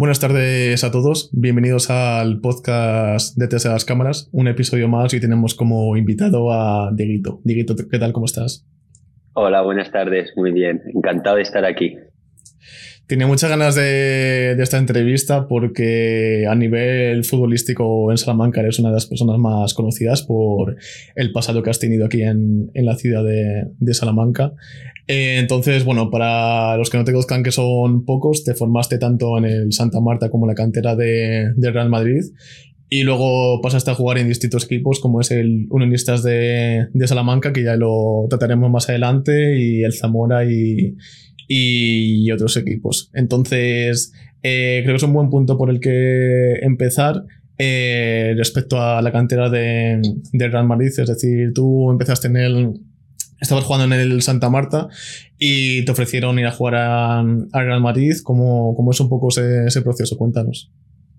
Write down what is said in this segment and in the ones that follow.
Buenas tardes a todos, bienvenidos al podcast Detrás de las cámaras, un episodio más y tenemos como invitado a Dieguito. Dieguito, ¿qué tal? ¿Cómo estás? Hola, buenas tardes, muy bien, encantado de estar aquí. Tenía muchas ganas de esta entrevista porque a nivel futbolístico en Salamanca eres una de las personas más conocidas por el pasado que has tenido aquí en la ciudad de Salamanca. Entonces, bueno, para los que no te conozcan, que son pocos, te formaste tanto en el Santa Marta como en la cantera del Real Madrid y luego pasaste a jugar en distintos equipos como es el Unionistas de Salamanca, que ya lo trataremos más adelante, y el Zamora y otros equipos. Entonces, creo que es un buen punto por el que empezar respecto a la cantera del Real Madrid. Es decir, tú empezaste estabas jugando en el Santa Marta y te ofrecieron ir a jugar al Real Madrid. ¿Cómo es un poco ese proceso? Cuéntanos.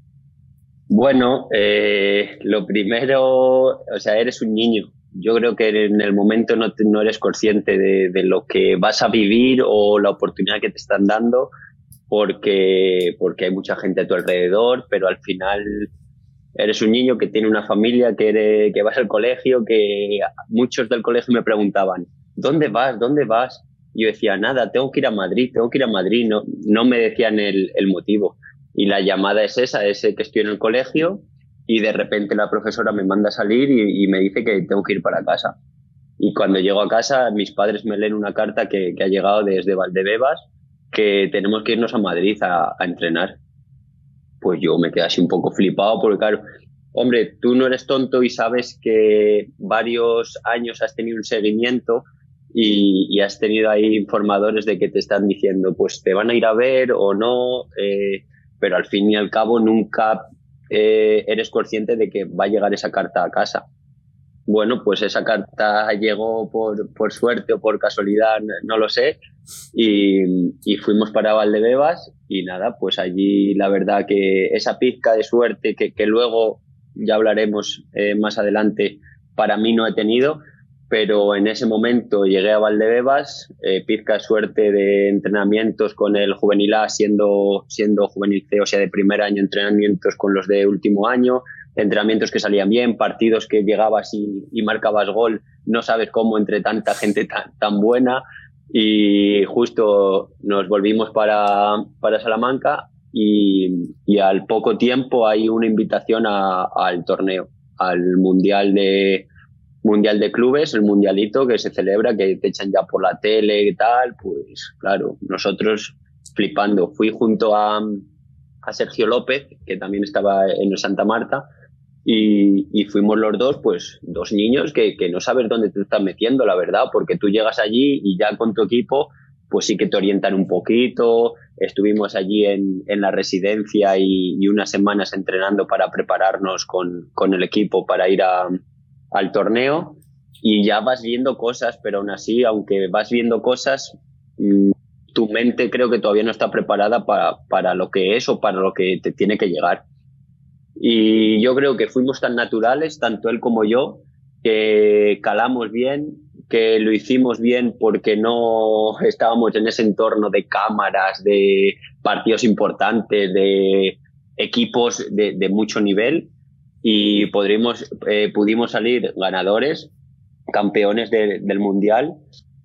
Bueno, lo primero, o sea, eres un niño. Yo creo que en el momento no eres consciente de lo que vas a vivir o la oportunidad que te están dando, porque hay mucha gente a tu alrededor, pero al final eres un niño que tiene una familia, que vas al colegio, que muchos del colegio me preguntaban, ¿dónde vas? ¿Dónde vas? Y yo decía, nada, tengo que ir a Madrid. No me decían el motivo. Y la llamada es esa, es que estoy en el colegio y de repente la profesora me manda a salir y me dice que tengo que ir para casa. Y cuando llego a casa, mis padres me leen una carta que ha llegado desde Valdebebas, que tenemos que irnos a Madrid a entrenar. Pues yo me quedé así un poco flipado porque, claro, hombre, tú no eres tonto y sabes que varios años has tenido un seguimiento y has tenido ahí informadores de que te están diciendo, pues te van a ir a ver o no, pero al fin y al cabo nunca eres consciente de que va a llegar esa carta a casa. Bueno, pues esa carta llegó por suerte o por casualidad, no lo sé, y fuimos para Valdebebas y nada, pues allí la verdad que esa pizca de suerte que luego ya hablaremos más adelante, para mí no he tenido, pero en ese momento llegué a Valdebebas, pizca de suerte de entrenamientos con el Juvenil A siendo Juvenil C, o sea, de primer año, entrenamientos con los de último año, entrenamientos que salían bien, partidos que llegabas y marcabas gol, no sabes cómo entre tanta gente tan buena, y justo nos volvimos para Salamanca y al poco tiempo hay una invitación al torneo, al Mundial de Clubes, el Mundialito que se celebra, que te echan ya por la tele y tal. Pues claro, nosotros flipando. Fui junto a Sergio López, que también estaba en el Santa Marta, y fuimos los dos, pues dos niños que no sabes dónde te estás metiendo, la verdad, porque tú llegas allí y ya con tu equipo pues sí que te orientan un poquito. Estuvimos allí en la residencia y unas semanas entrenando para prepararnos con el equipo para ir al torneo, y ya vas viendo cosas, pero aún así, aunque vas viendo cosas, tu mente creo que todavía no está preparada para lo que es o para lo que te tiene que llegar. Y yo creo que fuimos tan naturales, tanto él como yo, que calamos bien, que lo hicimos bien porque no estábamos en ese entorno de cámaras, de partidos importantes, de equipos de mucho nivel, y pudimos salir ganadores, campeones del Mundial,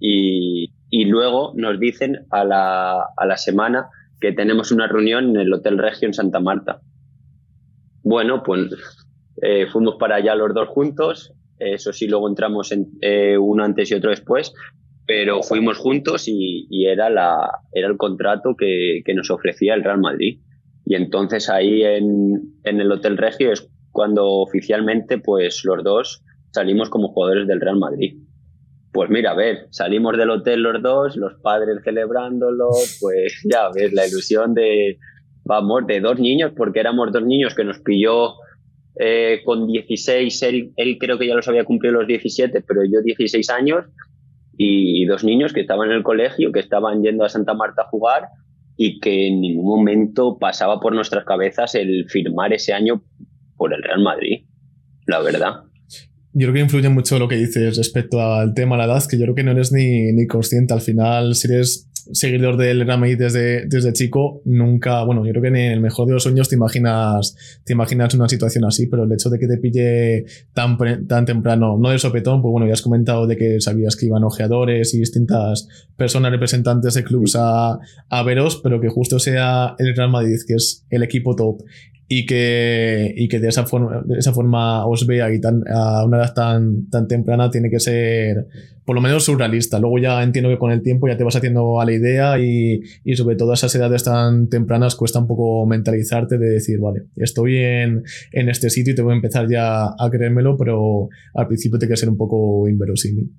y luego nos dicen a la semana que tenemos una reunión en el Hotel Regio en Santa Marta. Bueno, pues fuimos para allá los dos juntos, eso sí, luego entramos uno antes y otro después, pero fuimos juntos y era el contrato que nos ofrecía el Real Madrid. Y entonces ahí en el Hotel Regio es cuando oficialmente pues los dos salimos como jugadores del Real Madrid. Pues mira, a ver, salimos del hotel los dos, los padres celebrándolo, pues ya ves, la ilusión de dos niños, porque éramos dos niños que nos pilló con 16, él creo que ya los había cumplido los 17, pero yo 16 años, y dos niños que estaban en el colegio, que estaban yendo a Santa Marta a jugar, y que en ningún momento pasaba por nuestras cabezas el firmar ese año por el Real Madrid, la verdad. Yo creo que influye mucho lo que dices respecto al tema de la edad, que yo creo que no eres ni consciente. Al final, si eres seguidor del Real Madrid desde chico, nunca, bueno, yo creo que en el mejor de los sueños te imaginas una situación así, pero el hecho de que te pille tan temprano, no de sopetón, pues bueno, ya has comentado de que sabías que iban ojeadores y distintas personas representantes de clubs a veros, pero que justo sea el Real Madrid, que es el equipo top, y que de esa forma os vea y a una edad tan temprana, tiene que ser por lo menos surrealista. Luego ya entiendo que con el tiempo ya te vas haciendo a la idea y sobre todo a esas edades tan tempranas cuesta un poco mentalizarte de decir, vale, estoy en este sitio y tengo que empezar ya a creérmelo, pero al principio tiene que ser un poco inverosímil.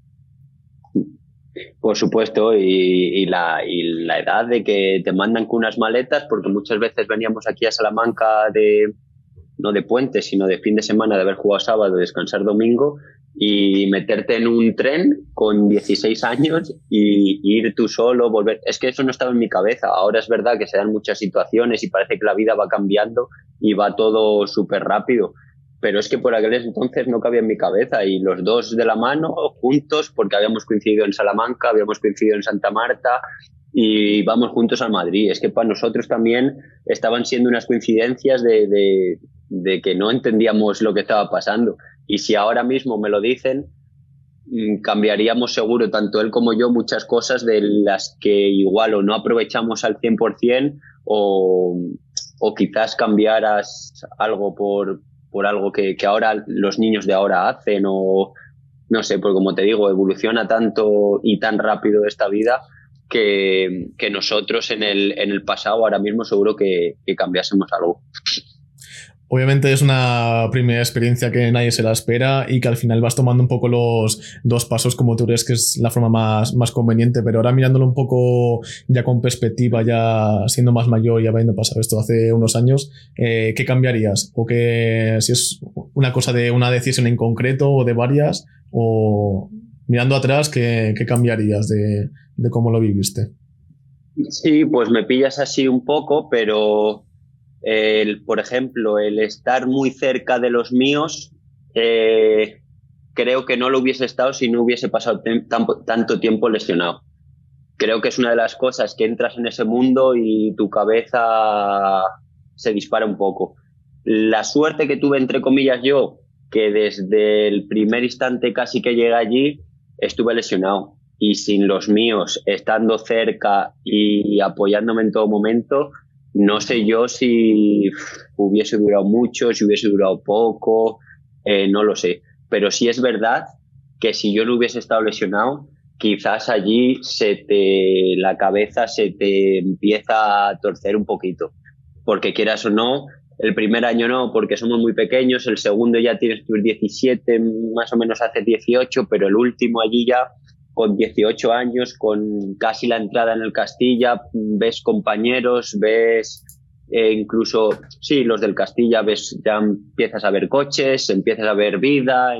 Por supuesto, y la edad de que te mandan con unas maletas, porque muchas veces veníamos aquí a Salamanca no de puente, sino de fin de semana, de haber jugado sábado, descansar domingo, y meterte en un tren con 16 años y ir tú solo, volver. Es que eso no estaba en mi cabeza. Ahora es verdad que se dan muchas situaciones y parece que la vida va cambiando y va todo súper rápido. Pero es que por aquel entonces no cabía en mi cabeza, y los dos de la mano, juntos, porque habíamos coincidido en Salamanca, habíamos coincidido en Santa Marta y vamos juntos al Madrid. Es que para nosotros también estaban siendo unas coincidencias de que no entendíamos lo que estaba pasando. Y si ahora mismo me lo dicen, cambiaríamos seguro, tanto él como yo, muchas cosas de las que igual o no aprovechamos al 100% o quizás cambiaras algo por algo que ahora los niños de ahora hacen, o no sé, porque como te digo, evoluciona tanto y tan rápido esta vida que nosotros en el pasado ahora mismo seguro que cambiásemos algo. Obviamente es una primera experiencia que nadie se la espera y que al final vas tomando un poco los dos pasos como tú crees que es la forma más conveniente, pero ahora mirándolo un poco ya con perspectiva, ya siendo más mayor y habiendo pasado esto hace unos años, ¿qué cambiarías? O que si es una cosa de una decisión en concreto o de varias, o mirando atrás, ¿qué cambiarías de cómo lo viviste? Sí, pues me pillas así un poco, pero por ejemplo, el estar muy cerca de los míos, creo que no lo hubiese estado si no hubiese pasado tanto tiempo lesionado. Creo que es una de las cosas que entras en ese mundo y tu cabeza se dispara un poco. La suerte que tuve, entre comillas, yo, que desde el primer instante casi que llegué allí, estuve lesionado. Y sin los míos, estando cerca y apoyándome en todo momento, no sé yo si hubiese durado mucho, si hubiese durado poco, no lo sé. Pero sí es verdad que si yo no hubiese estado lesionado, quizás allí la cabeza se te empieza a torcer un poquito. Porque quieras o no, el primer año no, porque somos muy pequeños, el segundo ya tienes tus 17, más o menos hace 18, pero el último allí ya con 18 años, con casi la entrada en el Castilla, ves compañeros, ves incluso, sí, los del Castilla, ves, ya empiezas a ver coches, empiezas a ver vida,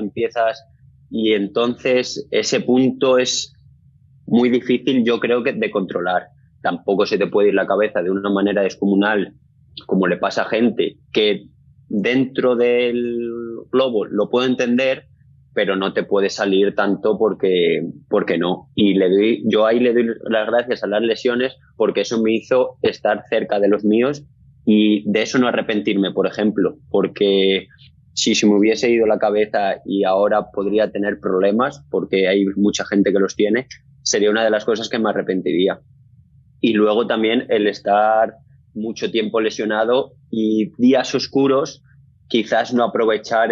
y entonces ese punto es muy difícil, yo creo, que de controlar. Tampoco se te puede ir la cabeza de una manera descomunal, como le pasa a gente que dentro del globo lo puedo entender, pero no te puede salir tanto porque no. Y yo ahí le doy las gracias a las lesiones, porque eso me hizo estar cerca de los míos y de eso no arrepentirme, por ejemplo, porque si se me hubiese ido la cabeza y ahora podría tener problemas, porque hay mucha gente que los tiene, sería una de las cosas que me arrepentiría. Y luego también el estar mucho tiempo lesionado y días oscuros, quizás no aprovechar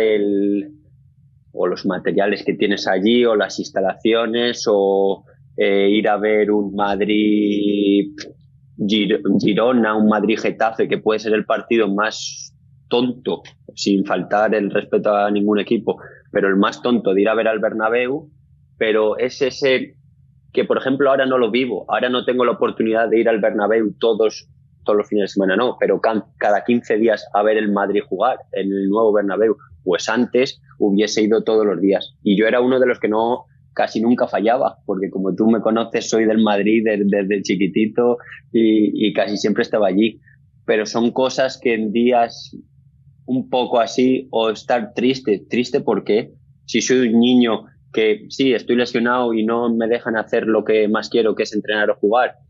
o los materiales que tienes allí, o las instalaciones, o ir a ver un Madrid-Girona, un Madrid-Getafe, que puede ser el partido más tonto, sin faltar el respeto a ningún equipo, pero el más tonto de ir a ver al Bernabéu, pero es ese que, por ejemplo, ahora no lo vivo, ahora no tengo la oportunidad de ir al Bernabéu todos los fines de semana, no, pero cada 15 días a ver el Madrid jugar en el nuevo Bernabéu. Pues antes hubiese ido todos los días. Y yo era uno de los que casi nunca fallaba, porque como tú me conoces, soy del Madrid desde chiquitito y casi siempre estaba allí. Pero son cosas que en días un poco así, o estar triste porque si soy un niño que sí, estoy lesionado y no me dejan hacer lo que más quiero, que es entrenar o jugar,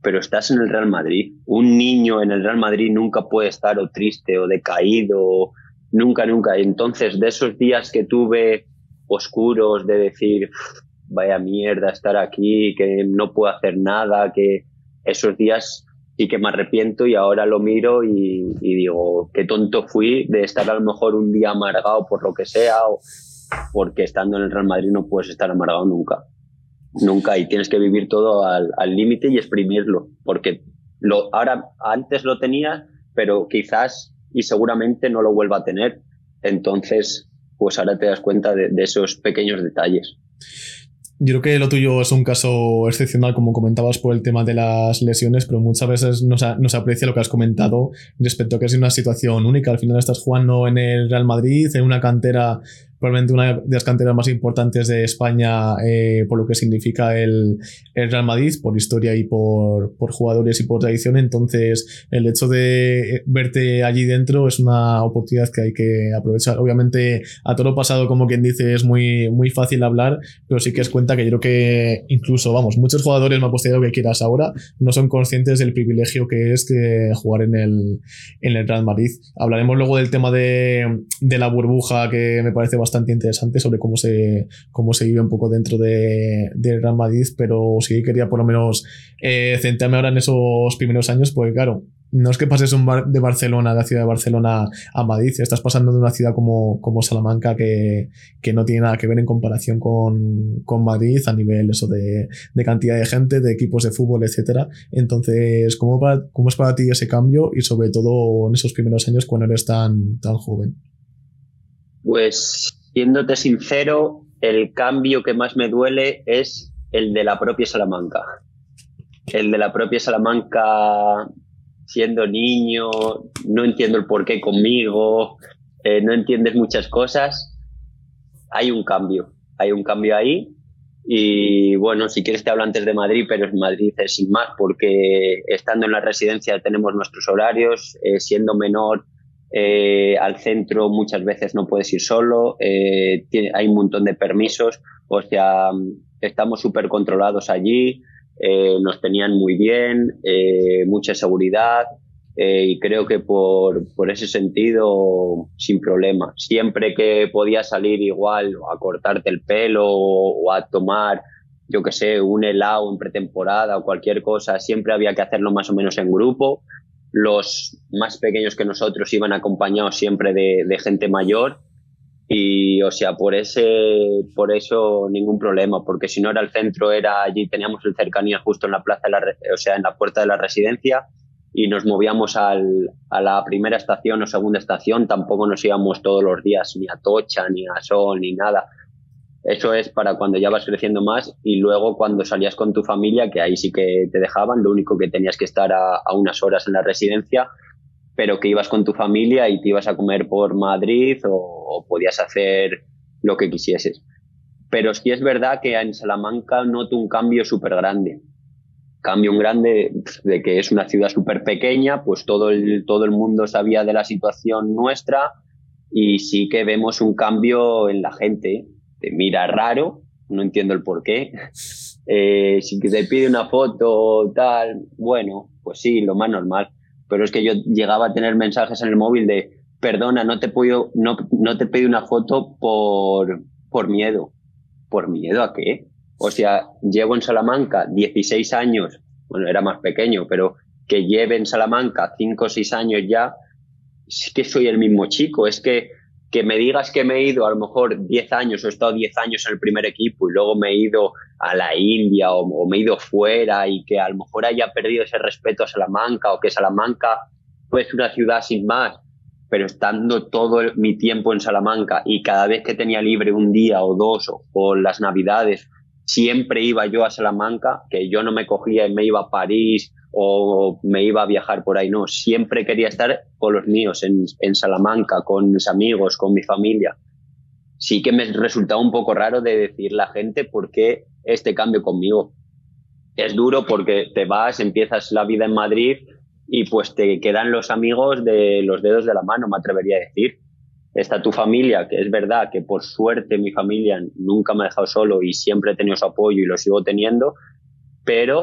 pero estás en el Real Madrid. Un niño en el Real Madrid nunca puede estar o triste o decaído, nunca. Entonces, de esos días que tuve oscuros de decir, vaya mierda estar aquí, que no puedo hacer nada, que esos días sí que me arrepiento y ahora lo miro y digo, qué tonto fui de estar a lo mejor un día amargado por lo que sea, porque estando en el Real Madrid no puedes estar amargado nunca, y tienes que vivir todo al límite y exprimirlo, porque ahora antes lo tenía, pero quizás y seguramente no lo vuelva a tener. Entonces, pues ahora te das cuenta de esos pequeños detalles. Yo creo que lo tuyo es un caso excepcional, como comentabas, por el tema de las lesiones, pero muchas veces no se aprecia lo que has comentado respecto a que es una situación única. Al final estás jugando en el Real Madrid, en una cantera, probablemente una de las canteras más importantes de España, por lo que significa el Real Madrid, por historia y por jugadores y por tradición. Entonces, el hecho de verte allí dentro es una oportunidad que hay que aprovechar. Obviamente, a todo lo pasado, como quien dice, es muy, muy fácil hablar, pero sí que es cuenta que yo creo que incluso, muchos jugadores, más posterior que quieras ahora, no son conscientes del privilegio que es que jugar en el Real Madrid. Hablaremos luego del tema de la burbuja, que me parece bastante interesante, sobre cómo se vive un poco dentro del Real Madrid, pero sí quería por lo menos centrarme ahora en esos primeros años, porque claro, no es que pases de Barcelona, de la ciudad de Barcelona a Madrid, estás pasando de una ciudad como Salamanca que no tiene nada que ver en comparación con Madrid a nivel eso de cantidad de gente, de equipos de fútbol, etcétera. Entonces, ¿cómo es para ti ese cambio y sobre todo en esos primeros años cuando eres tan joven? Pues, siéndote sincero, el cambio que más me duele es el de la propia Salamanca. El de la propia Salamanca, siendo niño, no entiendo el porqué conmigo, no entiendes muchas cosas. Hay un cambio ahí. Y bueno, si quieres te hablo antes de Madrid, pero en Madrid es sin más, porque estando en la residencia tenemos nuestros horarios, siendo menor al centro muchas veces no puedes ir solo, hay un montón de permisos, o sea, estamos súper controlados allí, nos tenían muy bien, mucha seguridad, y creo que por ese sentido sin problema. Siempre que podía salir igual a cortarte el pelo o a tomar, yo que sé, un helado en pretemporada o cualquier cosa, siempre había que hacerlo más o menos en grupo. Los más pequeños que nosotros iban acompañados siempre de gente mayor y, o sea, por eso ningún problema, porque si no era el centro, era allí, teníamos el cercanía justo en la plaza, o sea, en la puerta de la residencia, y nos movíamos a la primera estación o segunda estación, tampoco nos íbamos todos los días ni a Tocha, ni a Sol, ni nada. Eso es para cuando ya vas creciendo más, y luego cuando salías con tu familia, que ahí sí que te dejaban, lo único que tenías que estar a unas horas en la residencia, pero que ibas con tu familia y te ibas a comer por Madrid o podías hacer lo que quisieses. Pero sí es verdad que en Salamanca noto un cambio súper grande. Cambio un grande de que es una ciudad súper pequeña, pues todo el mundo sabía de la situación nuestra, y sí que vemos un cambio en la gente. Te mira raro, no entiendo el por qué. Si te pide una foto tal, bueno, pues sí, lo más normal. Pero es que yo llegaba a tener mensajes en el móvil de perdona, no te pido una foto por miedo. ¿Por miedo a qué? O sea, llevo en Salamanca 16 años, bueno, era más pequeño, pero que lleve en Salamanca 5 o 6 años ya, es que soy el mismo chico. Es que me digas que me he ido a lo mejor 10 años o he estado 10 años en el primer equipo y luego me he ido a la India o me he ido fuera, y que a lo mejor haya perdido ese respeto a Salamanca, o que Salamanca pues una ciudad sin más, pero estando todo mi tiempo en Salamanca y cada vez que tenía libre un día o dos o las Navidades, siempre iba yo a Salamanca, que yo no me cogía y me iba a París o me iba a viajar por ahí, no, siempre quería estar con los míos en Salamanca, con mis amigos, con mi familia. Sí que me resultaba un poco raro de decir la gente por qué este cambio conmigo. Es duro porque te vas, empiezas la vida en Madrid y pues te quedan los amigos de los dedos de la mano, me atrevería a decir. Está tu familia, que es verdad que por suerte mi familia nunca me ha dejado solo y siempre he tenido su apoyo y lo sigo teniendo, pero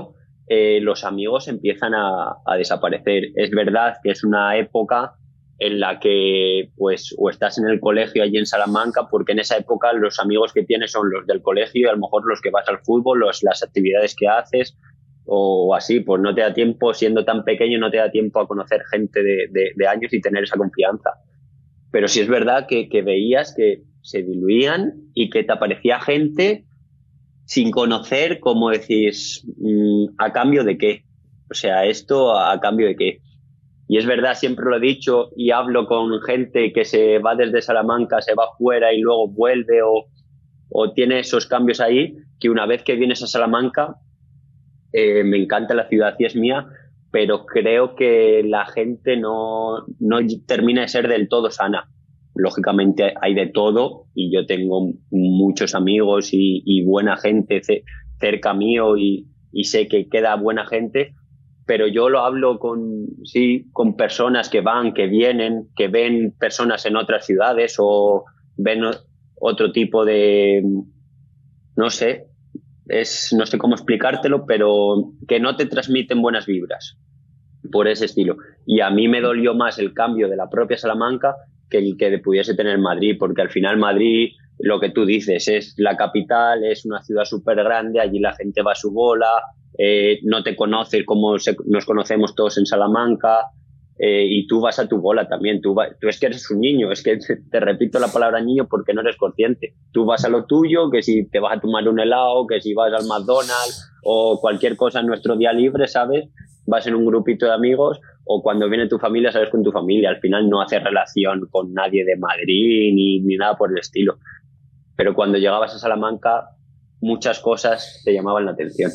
los amigos empiezan a desaparecer. Es verdad que es una época en la que pues o estás en el colegio allí en Salamanca, porque en esa época los amigos que tienes son los del colegio y a lo mejor los que vas al fútbol, las actividades que haces o así, pues no te da tiempo, siendo tan pequeño, no te da tiempo a conocer gente de años y tener esa confianza. Pero sí es verdad que veías que se diluían y que te aparecía gente sin conocer, como decís, ¿a cambio de qué? O sea, ¿esto a cambio de qué? Y es verdad, siempre lo he dicho y hablo con gente que se va desde Salamanca, se va fuera y luego vuelve o tiene esos cambios ahí, que una vez que vienes a Salamanca, me encanta la ciudad y es mía, pero creo que la gente no termina de ser del todo sana. Lógicamente hay de todo y yo tengo muchos amigos y buena gente cerca mío y sé que queda buena gente, pero yo lo hablo con personas que van, que vienen, que ven personas en otras ciudades o ven otro tipo de, no sé, no sé cómo explicártelo, pero que no te transmiten buenas vibras por ese estilo. Y a mí me dolió más el cambio de la propia Salamanca que el que pudiese tener Madrid, porque al final Madrid, lo que tú dices, es la capital, es una ciudad súper grande, allí la gente va a su bola, no te conoces como nos conocemos todos en Salamanca, y tú vas a tu bola también, tú es que eres un niño, es que te repito la palabra niño porque no eres consciente, tú vas a lo tuyo, que si te vas a tomar un helado, que si vas al McDonald's o cualquier cosa en nuestro día libre, ¿sabes? Vas en un grupito de amigos o cuando viene tu familia, sabes, con tu familia, al final no haces relación con nadie de Madrid ni nada por el estilo, pero cuando llegabas a Salamanca muchas cosas te llamaban la atención.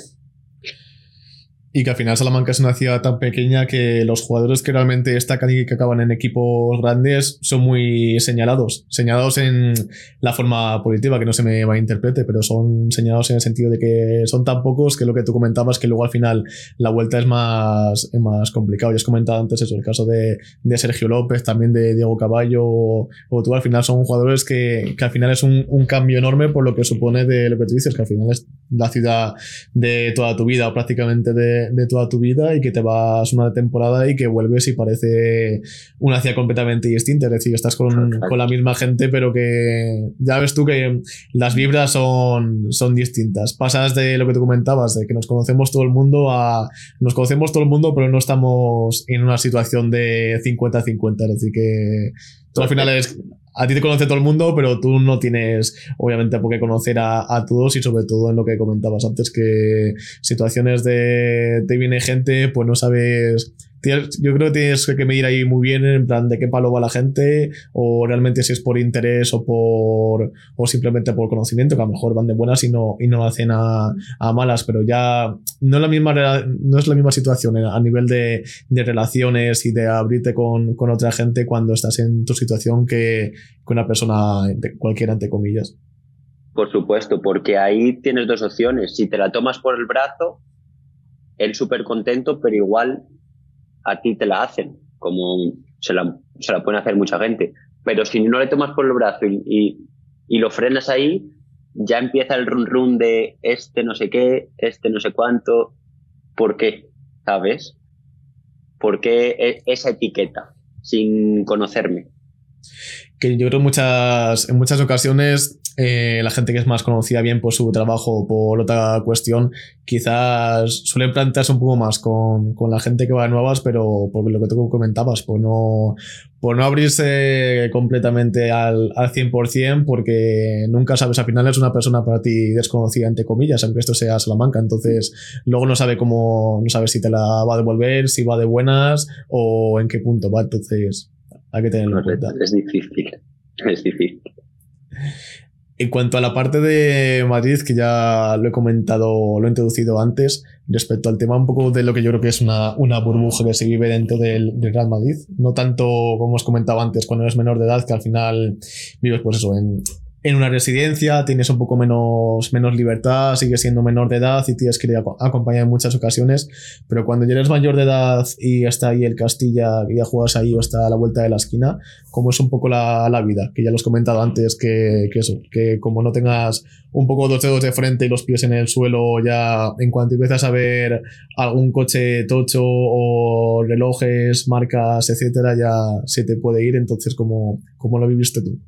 Y que al final Salamanca es una ciudad tan pequeña que los jugadores que realmente destacan y que acaban en equipos grandes son muy señalados en la forma positiva, que no se me malinterprete, pero son señalados en el sentido de que son tan pocos que lo que tú comentabas, que luego al final la vuelta es más complicado. Ya has comentado antes eso, el caso de Sergio López, también de Diego Caballo o tú, al final son jugadores que al final es un cambio enorme por lo que supone de lo que tú dices, que al final es la ciudad de toda tu vida o prácticamente de toda tu vida, y que te vas una temporada y que vuelves y parece una ciudad completamente distinta, es decir, estás con la misma gente, pero que ya ves tú que las vibras son distintas. Pasas de lo que tú comentabas, de que nos conocemos todo el mundo pero no estamos en una situación de 50-50, es decir, que tú al final a ti te conoce todo el mundo, pero tú no tienes obviamente por qué conocer a todos, y sobre todo en lo que comentabas antes, que situaciones de te viene gente, pues no sabes. Yo creo que tienes que medir ahí muy bien en plan de qué palo va la gente, o realmente si es por interés o simplemente por conocimiento, que a lo mejor van de buenas y no hacen a malas, pero ya no es la misma situación a nivel de relaciones y de abrirte con otra gente cuando estás en tu situación que una persona cualquiera, entre comillas. Por supuesto, porque ahí tienes dos opciones. Si te la tomas por el brazo, él súper contento, pero igual a ti te la hacen, como se la pueden hacer mucha gente. Pero si no le tomas por el brazo y lo frenas ahí, ya empieza el run de este no sé qué, este no sé cuánto. ¿Por qué? ¿Sabes? ¿Por qué esa etiqueta sin conocerme? Que yo creo en muchas ocasiones la gente que es más conocida bien por su trabajo o por otra cuestión, quizás suelen plantearse un poco más con la gente que va de nuevas, pero por lo que tú comentabas, por no abrirse completamente al 100%, porque nunca sabes, al final es una persona para ti desconocida, entre comillas, aunque esto sea Salamanca, entonces luego no sabes si te la va a devolver, si va de buenas o en qué punto va, entonces hay que tenerlo en cuenta. Es difícil. En cuanto a la parte de Madrid, que ya lo he comentado, lo he introducido antes, respecto al tema un poco de lo que yo creo que es una burbuja que se vive dentro del Real Madrid, no tanto como os comentaba antes, cuando eres menor de edad, que al final vives pues eso, en una residencia, tienes un poco menos libertad, sigues siendo menor de edad y tienes que ir acompañado en muchas ocasiones, pero cuando ya eres mayor de edad y está ahí el Castilla, que ya juegas ahí o está a la vuelta de la esquina, como es un poco la vida, que ya lo has comentado antes, que eso, que como no tengas un poco dos dedos de frente y los pies en el suelo, ya en cuanto empiezas a ver algún coche tocho o relojes, marcas, etcétera, ya se te puede ir. Entonces, ¿cómo lo viviste tú?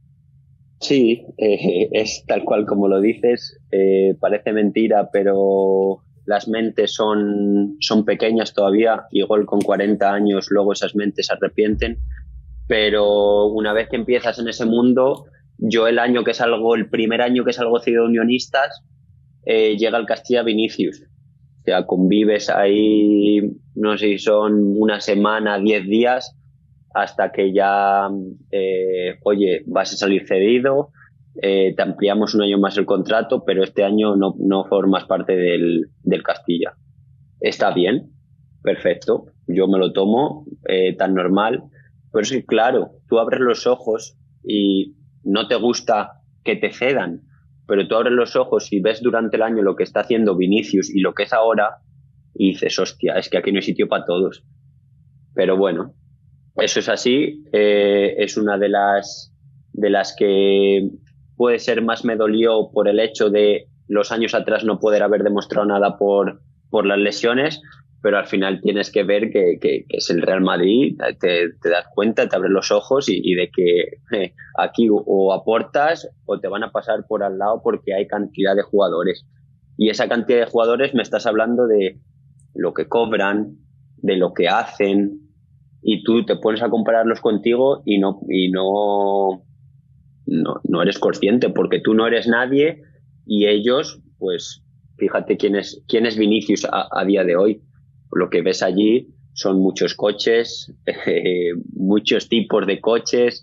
Sí, es tal cual como lo dices. Parece mentira, pero las mentes son pequeñas todavía. Igual con 40 años luego esas mentes se arrepienten. Pero una vez que empiezas en ese mundo, yo el primer año que salgo de Unionistas, llega al Castilla Vinicius. O sea, convives ahí, no sé si son una semana, 10 días, hasta que ya, oye, vas a salir cedido, te ampliamos un año más el contrato, pero este año no formas parte del Castilla. Está bien, perfecto, yo me lo tomo tan normal, pero es que claro, tú abres los ojos y no te gusta que te cedan, pero tú abres los ojos y ves durante el año lo que está haciendo Vinicius y lo que es ahora y dices, hostia, es que aquí no hay sitio para todos. Pero bueno, eso es así, es una de las que puede ser más me dolió por el hecho de los años atrás no poder haber demostrado nada por las lesiones, pero al final tienes que ver que es el Real Madrid, te das cuenta, te abres los ojos y de que aquí o aportas o te van a pasar por al lado porque hay cantidad de jugadores. Y esa cantidad de jugadores me estás hablando de lo que cobran, de lo que hacen, y tú te pones a compararlos contigo y no eres consciente porque tú no eres nadie y ellos, pues fíjate quién es Vinicius a día de hoy. Lo que ves allí son muchos coches, muchos tipos de coches.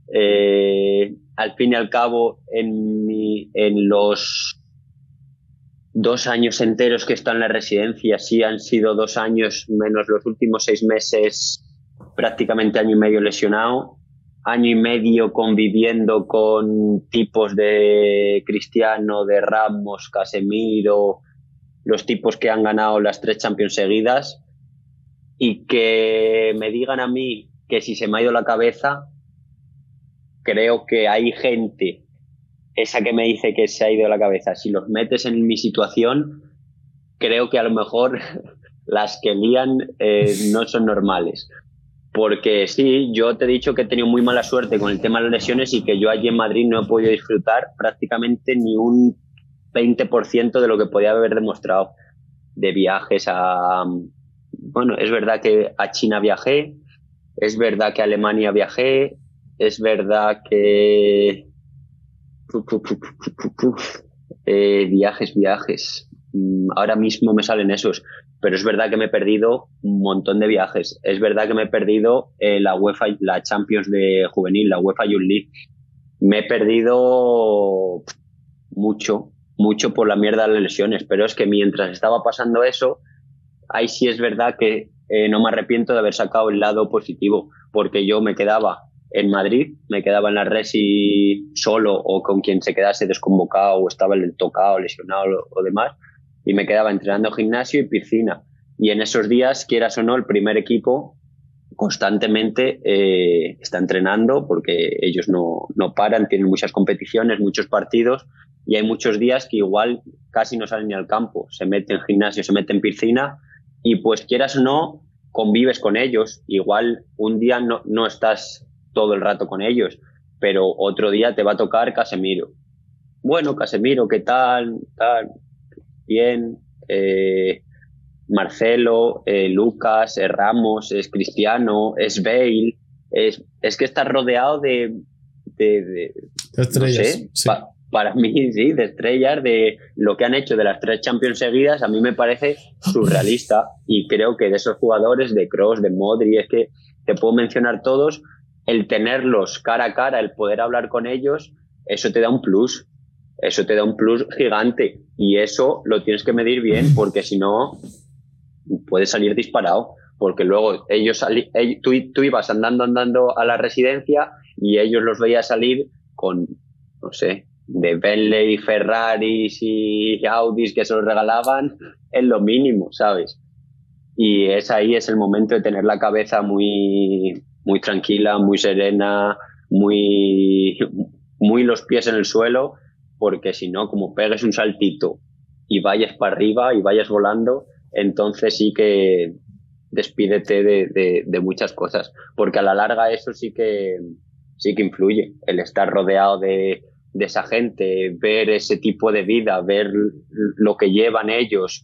Al fin y al cabo, en los 2 años enteros que está en la residencia, sí han sido 2 años menos los últimos 6 meses, prácticamente año y medio lesionado, año y medio conviviendo con tipos de Cristiano, de Ramos, Casemiro, los tipos que han ganado las 3 Champions seguidas, y que me digan a mí que si se me ha ido la cabeza, creo que hay gente, esa que me dice que se ha ido la cabeza, si los metes en mi situación, creo que a lo mejor las que lían no son normales. Porque sí, yo te he dicho que he tenido muy mala suerte con el tema de las lesiones y que yo allí en Madrid no he podido disfrutar prácticamente ni un 20% de lo que podía haber demostrado. De viajes bueno, es verdad que a China viajé, es verdad que a Alemania viajé, es verdad que... viajes. Ahora mismo me salen esos, pero es verdad que me he perdido un montón de viajes. Es verdad que me he perdido la UEFA, la Champions de juvenil, la UEFA Youth League. Me he perdido mucho por la mierda de las lesiones, pero es que mientras estaba pasando eso, ahí sí es verdad que no me arrepiento de haber sacado el lado positivo, porque yo me quedaba en Madrid, me quedaba en la resi solo o con quien se quedase desconvocado o estaba tocado, lesionado o demás, y me quedaba entrenando gimnasio y piscina. Y en esos días, quieras o no, el primer equipo constantemente está entrenando porque ellos no paran, tienen muchas competiciones, muchos partidos, y hay muchos días que igual casi no salen ni al campo, se meten en gimnasio, se meten en piscina, y pues quieras o no, convives con ellos. Igual un día no estás todo el rato con ellos, pero otro día te va a tocar Casemiro. Bueno, Casemiro, ¿qué tal? Bien. Marcelo, Lucas, Ramos, es Cristiano, es Bale. Es que estás rodeado de estrellas, no sé, sí. Para mí, sí, de estrellas, de lo que han hecho de las 3 Champions seguidas, a mí me parece surrealista. Y creo que de esos jugadores, de Kroos, de Modric, es que te puedo mencionar todos, el tenerlos cara a cara, el poder hablar con ellos, eso te da un plus. Eso te da un plus gigante. Y eso lo tienes que medir bien, porque si no, puedes salir disparado. Porque luego tú ibas andando a la residencia y ellos los veías salir con no sé, de Bentley, Ferraris y Audis que se los regalaban, es lo mínimo, ¿sabes? Y ahí es el momento de tener la cabeza muy, muy tranquila, muy serena, muy, muy los pies en el suelo, porque si no, como pegues un saltito y vayas para arriba y vayas volando, entonces sí que despídete de muchas cosas, porque a la larga eso sí que influye, el estar rodeado de esa gente, ver ese tipo de vida, ver lo que llevan ellos,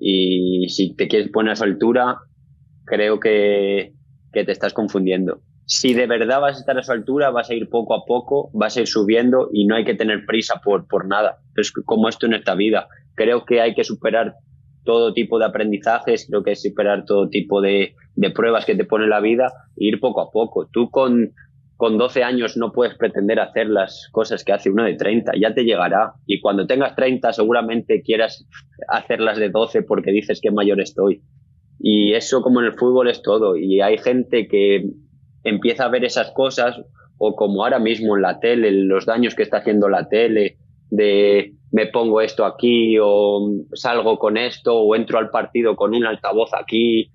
y si te quieres poner a su altura, creo que te estás confundiendo. Si de verdad vas a estar a su altura, vas a ir poco a poco, vas a ir subiendo y no hay que tener prisa por nada. Es como esto en esta vida. Creo que hay que superar todo tipo de aprendizajes, creo que hay que superar todo tipo de pruebas que te pone la vida e ir poco a poco. Tú con 12 años no puedes pretender hacer las cosas que hace uno de 30, ya te llegará. Y cuando tengas 30 seguramente quieras hacerlas de 12 porque dices que mayor estoy. Y eso, como en el fútbol, es todo. Y hay gente que empieza a ver esas cosas, o como ahora mismo en la tele, los daños que está haciendo la tele, de me pongo esto aquí, o salgo con esto, o entro al partido con un altavoz aquí.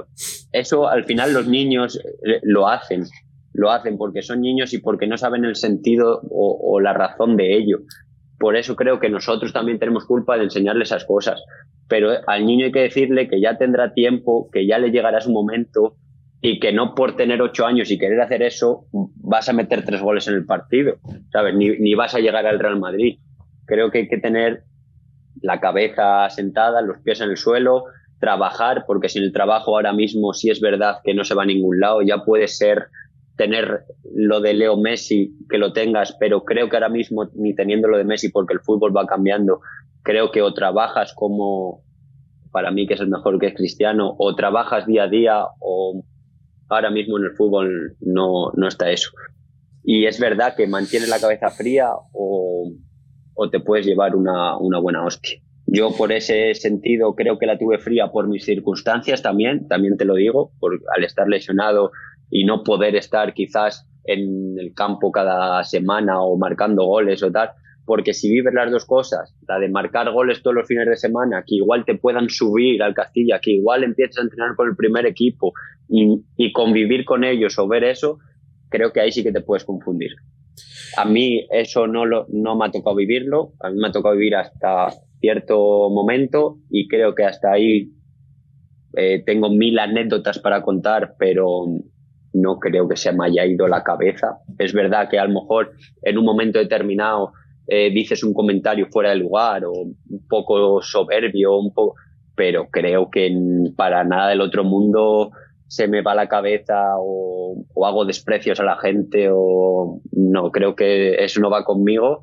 Eso al final los niños lo hacen porque son niños y porque no saben el sentido o la razón de ello. Por eso creo que nosotros también tenemos culpa de enseñarle esas cosas. Pero al niño hay que decirle que ya tendrá tiempo, que ya le llegará su momento, y que no por tener 8 años y querer hacer eso vas a meter 3 goles en el partido, ¿sabes? Ni vas a llegar al Real Madrid. Creo que hay que tener la cabeza sentada, los pies en el suelo, trabajar, porque sin el trabajo ahora mismo sí es verdad que no se va a ningún lado. Ya puede ser tener lo de Leo Messi, que lo tengas, pero creo que ahora mismo ni teniendo lo de Messi, porque el fútbol va cambiando, creo que o trabajas como, para mí que es el mejor, que es Cristiano, o trabajas día a día, o ahora mismo en el fútbol no está eso. Y es verdad que mantienes la cabeza fría o te puedes llevar una buena hostia. Yo por ese sentido creo que la tuve fría por mis circunstancias también te lo digo, al estar lesionado y no poder estar quizás en el campo cada semana o marcando goles o tal, porque si vives las dos cosas, la de marcar goles todos los fines de semana, que igual te puedan subir al Castilla, que igual empieces a entrenar con el primer equipo y convivir con ellos o ver eso, creo que ahí sí que te puedes confundir. A mí eso no me ha tocado vivirlo, a mí me ha tocado vivir hasta cierto momento y creo que hasta ahí tengo 1000 anécdotas para contar, pero no creo que se me haya ido la cabeza. Es verdad que a lo mejor en un momento determinado dices un comentario fuera de lugar o un poco soberbio, pero creo que para nada del otro mundo se me va la cabeza o hago desprecios a la gente, o no, creo que eso no va conmigo,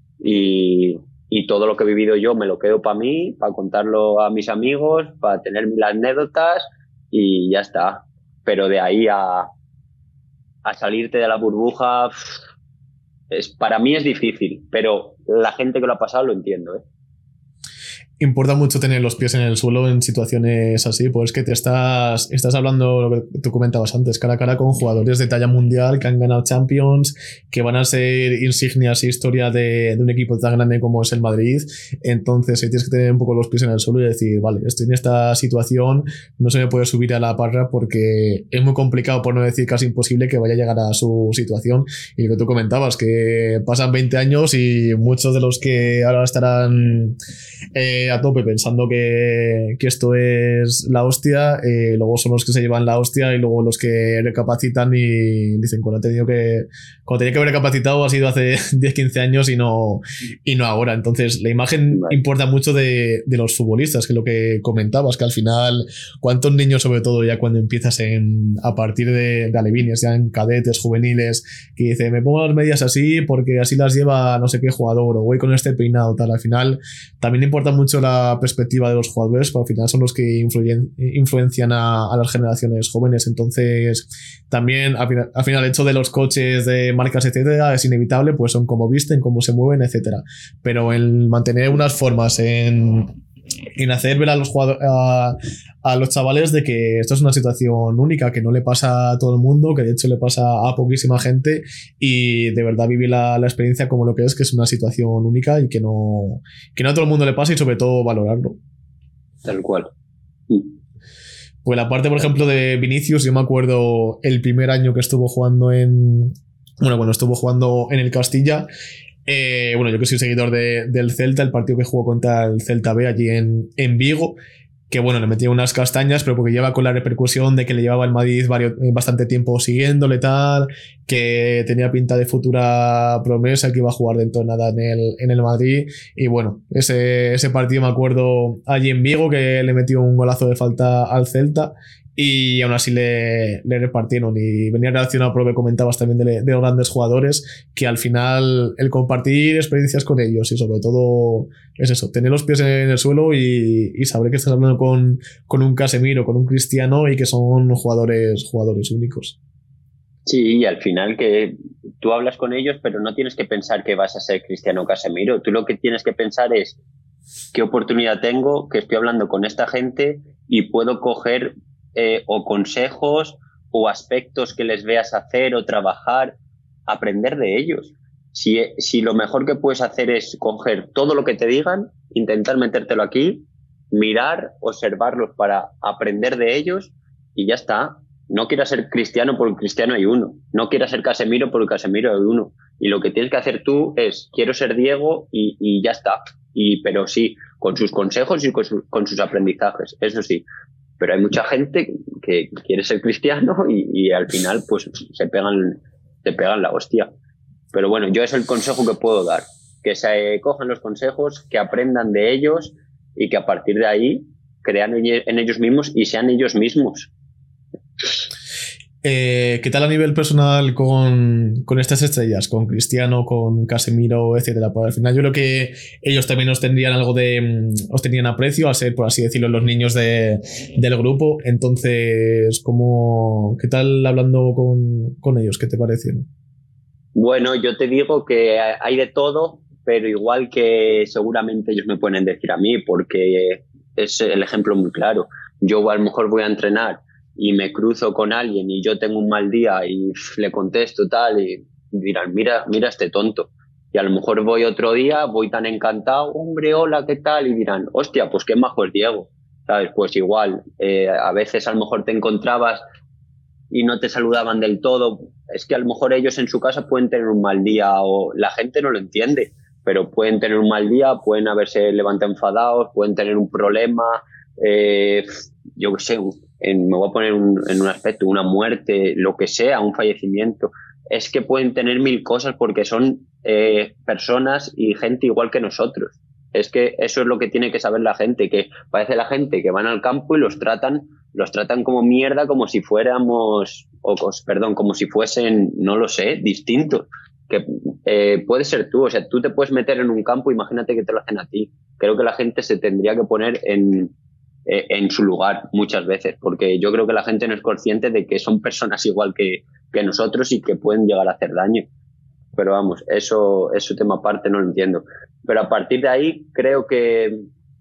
y todo lo que he vivido yo me lo quedo para mí, para contarlo a mis amigos, para tener las anécdotas y ya está. Pero de ahí a salirte de la burbuja, para mí es difícil, pero la gente que lo ha pasado lo entiendo, ¿eh? Importa mucho tener los pies en el suelo en situaciones así, pues que te estás hablando, lo que tú comentabas antes, cara a cara con jugadores de talla mundial que han ganado Champions, que van a ser insignias e historia de un equipo tan grande como es el Madrid. Entonces tienes que tener un poco los pies en el suelo y decir, vale, estoy en esta situación, no se me puede subir a la parra porque es muy complicado, por no decir casi imposible, que vaya a llegar a su situación. Y lo que tú comentabas, que pasan 20 años y muchos de los que ahora estarán a tope pensando que esto es la hostia, luego son los que se llevan la hostia y luego los que recapacitan y dicen, cuando tenía que haber recapacitado ha sido hace 10-15 años y no ahora. Entonces la imagen importa mucho de los futbolistas, que es lo que comentabas, que al final cuántos niños, sobre todo ya cuando empiezas a partir de alevines, ya en cadetes, juveniles, que dice, me pongo las medias así porque así las lleva no sé qué jugador, o voy con este peinado, tal. Al final también importa mucho la perspectiva de los jugadores, porque al final son los que influencian a las generaciones jóvenes. Entonces también al final el hecho de los coches de marcas etcétera es inevitable, pues son cómo visten, cómo se mueven, etcétera, pero el mantener unas formas en en hacer ver a los a los chavales de que esto es una situación única, que no le pasa a todo el mundo, que de hecho le pasa a poquísima gente, y de verdad vivir la experiencia como lo que es una situación única y que no a todo el mundo le pasa, y sobre todo valorarlo. Tal cual. Pues la parte, por ejemplo, de Vinicius, yo me acuerdo el primer año que estuvo jugando cuando estuvo jugando en el Castilla. Yo que soy seguidor del Celta, el partido que jugó contra el Celta B allí en Vigo, que le metía unas castañas, pero porque lleva con la repercusión de que le llevaba el Madrid bastante tiempo siguiéndole, tal, que tenía pinta de futura promesa, que iba a jugar dentro de nada en el Madrid. Y bueno, ese partido me acuerdo allí en Vigo, que le metió un golazo de falta al Celta, y aún así le repartieron. Y venía relacionado por lo que comentabas también de los grandes jugadores, que al final el compartir experiencias con ellos, y sobre todo es eso, tener los pies en el suelo y saber que estás hablando con un Casemiro, con un Cristiano, y que son jugadores únicos. Sí, y al final que tú hablas con ellos, pero no tienes que pensar que vas a ser Cristiano Casemiro. Tú lo que tienes que pensar es qué oportunidad tengo, que estoy hablando con esta gente y puedo coger o consejos o aspectos que les veas hacer o trabajar, aprender de ellos. Si lo mejor que puedes hacer es coger todo lo que te digan, intentar metértelo aquí, mirar, observarlos para aprender de ellos, y ya está. No quieras ser Cristiano porque Cristiano hay uno. No quieras ser Casemiro porque Casemiro hay uno. Y lo que tienes que hacer tú es, quiero ser Diego y ya está. Pero sí, con sus consejos y con sus aprendizajes, eso sí. Pero hay mucha gente que quiere ser Cristiano y al final pues se pegan la hostia. Pero bueno, yo es el consejo que puedo dar. Que se cojan los consejos, que aprendan de ellos y que a partir de ahí crean en ellos mismos y sean ellos mismos. ¿Qué tal a nivel personal con estas estrellas? Con Cristiano, con Casemiro, etcétera. Pues al final yo creo que ellos también os tenían aprecio a ser, por así decirlo, los niños del grupo. Entonces, ¿qué tal hablando con ellos? ¿Qué te parecieron? Bueno, yo te digo que hay de todo, pero igual que seguramente ellos me pueden decir a mí, porque es el ejemplo muy claro. Yo a lo mejor voy a entrenar y me cruzo con alguien y yo tengo un mal día y le contesto tal y dirán, mira este tonto. Y a lo mejor voy otro día, voy tan encantado, hombre, hola, ¿qué tal? Y dirán, hostia, pues qué majo es Diego, ¿sabes? Pues igual, a veces a lo mejor te encontrabas y no te saludaban del todo. Es que a lo mejor ellos en su casa pueden tener un mal día o la gente no lo entiende, pero pueden tener un mal día, pueden haberse levantado enfadados, pueden tener un problema, yo qué sé, me voy a poner en un aspecto, una muerte, lo que sea, un fallecimiento. Es que pueden tener mil cosas porque son personas y gente igual que nosotros. Es que eso es lo que tiene que saber la gente, que parece la gente que van al campo y los tratan como mierda, como si fuéramos, como si fuesen, no lo sé, distintos. Que puede ser tú, o sea, tú te puedes meter en un campo, imagínate que te lo hacen a ti. Creo que la gente se tendría que poner en su lugar muchas veces, porque yo creo que la gente no es consciente de que son personas igual que nosotros y que pueden llegar a hacer daño. Pero vamos, eso tema aparte, no lo entiendo. Pero a partir de ahí creo que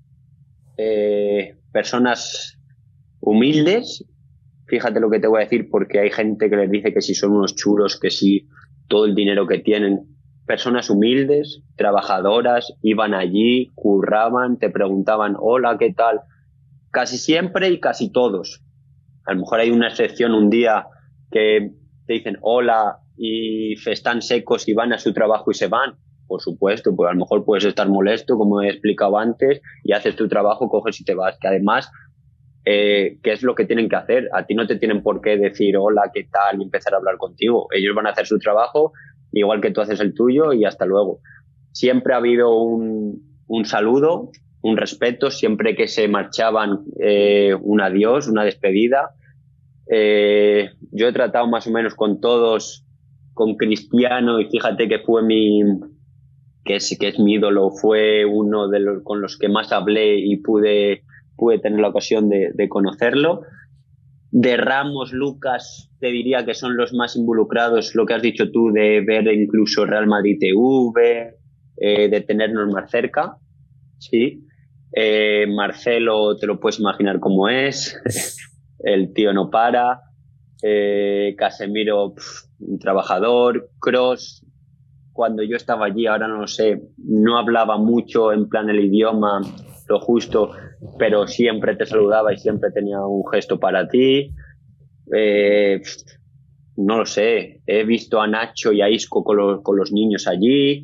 personas humildes, fíjate lo que te voy a decir, porque hay gente que les dice que si son unos chulos, que si todo el dinero que tienen. Personas humildes, trabajadoras, iban allí, curraban, te preguntaban, hola, ¿qué tal? Casi siempre y casi todos. A lo mejor hay una excepción un día que te dicen hola y están secos y van a su trabajo y se van. Por supuesto, pues a lo mejor puedes estar molesto, como he explicado antes, y haces tu trabajo, coges y te vas. Que además, ¿qué es lo que tienen que hacer? A ti no te tienen por qué decir hola, ¿qué tal? Y empezar a hablar contigo. Ellos van a hacer su trabajo, igual que tú haces el tuyo, y hasta luego. Siempre ha habido un saludo, un respeto, siempre que se marchaban, un adiós, una despedida. Yo he tratado más o menos con todos, con Cristiano, y fíjate que fue que es mi ídolo, fue uno de los con los que más hablé y pude tener la ocasión de conocerlo. De Ramos, Lucas, te diría que son los más involucrados, lo que has dicho tú, de ver incluso Real Madrid TV, de tenernos más cerca, sí. Marcelo, te lo puedes imaginar cómo es. El tío no para. Casemiro, un trabajador. Kroos, cuando yo estaba allí, ahora no lo sé, no hablaba mucho en plan el idioma, lo justo, pero siempre te saludaba y siempre tenía un gesto para ti. No lo sé, he visto a Nacho y a Isco con los niños allí,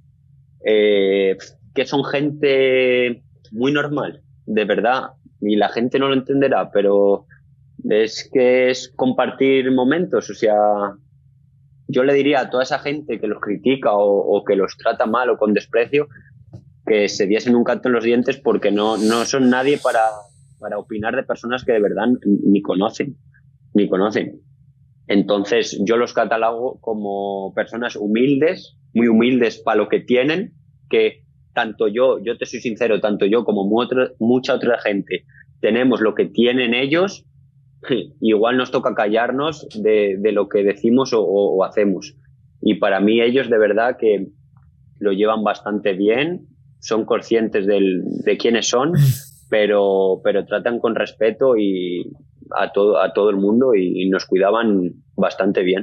que son gente muy normal, de verdad, y la gente no lo entenderá, pero es que es compartir momentos, o sea, yo le diría a toda esa gente que los critica o que los trata mal o con desprecio, que se diesen un canto en los dientes, porque no son nadie para opinar de personas que de verdad ni conocen. Entonces yo los catalogo como personas humildes, muy humildes para lo que tienen, que tanto yo te soy sincero, tanto yo como mucha otra gente tenemos lo que tienen ellos. Igual nos toca callarnos de lo que decimos o hacemos. Y para mí ellos de verdad que lo llevan bastante bien, son conscientes de quiénes son, pero tratan con respeto y a todo el mundo y nos cuidaban bastante bien.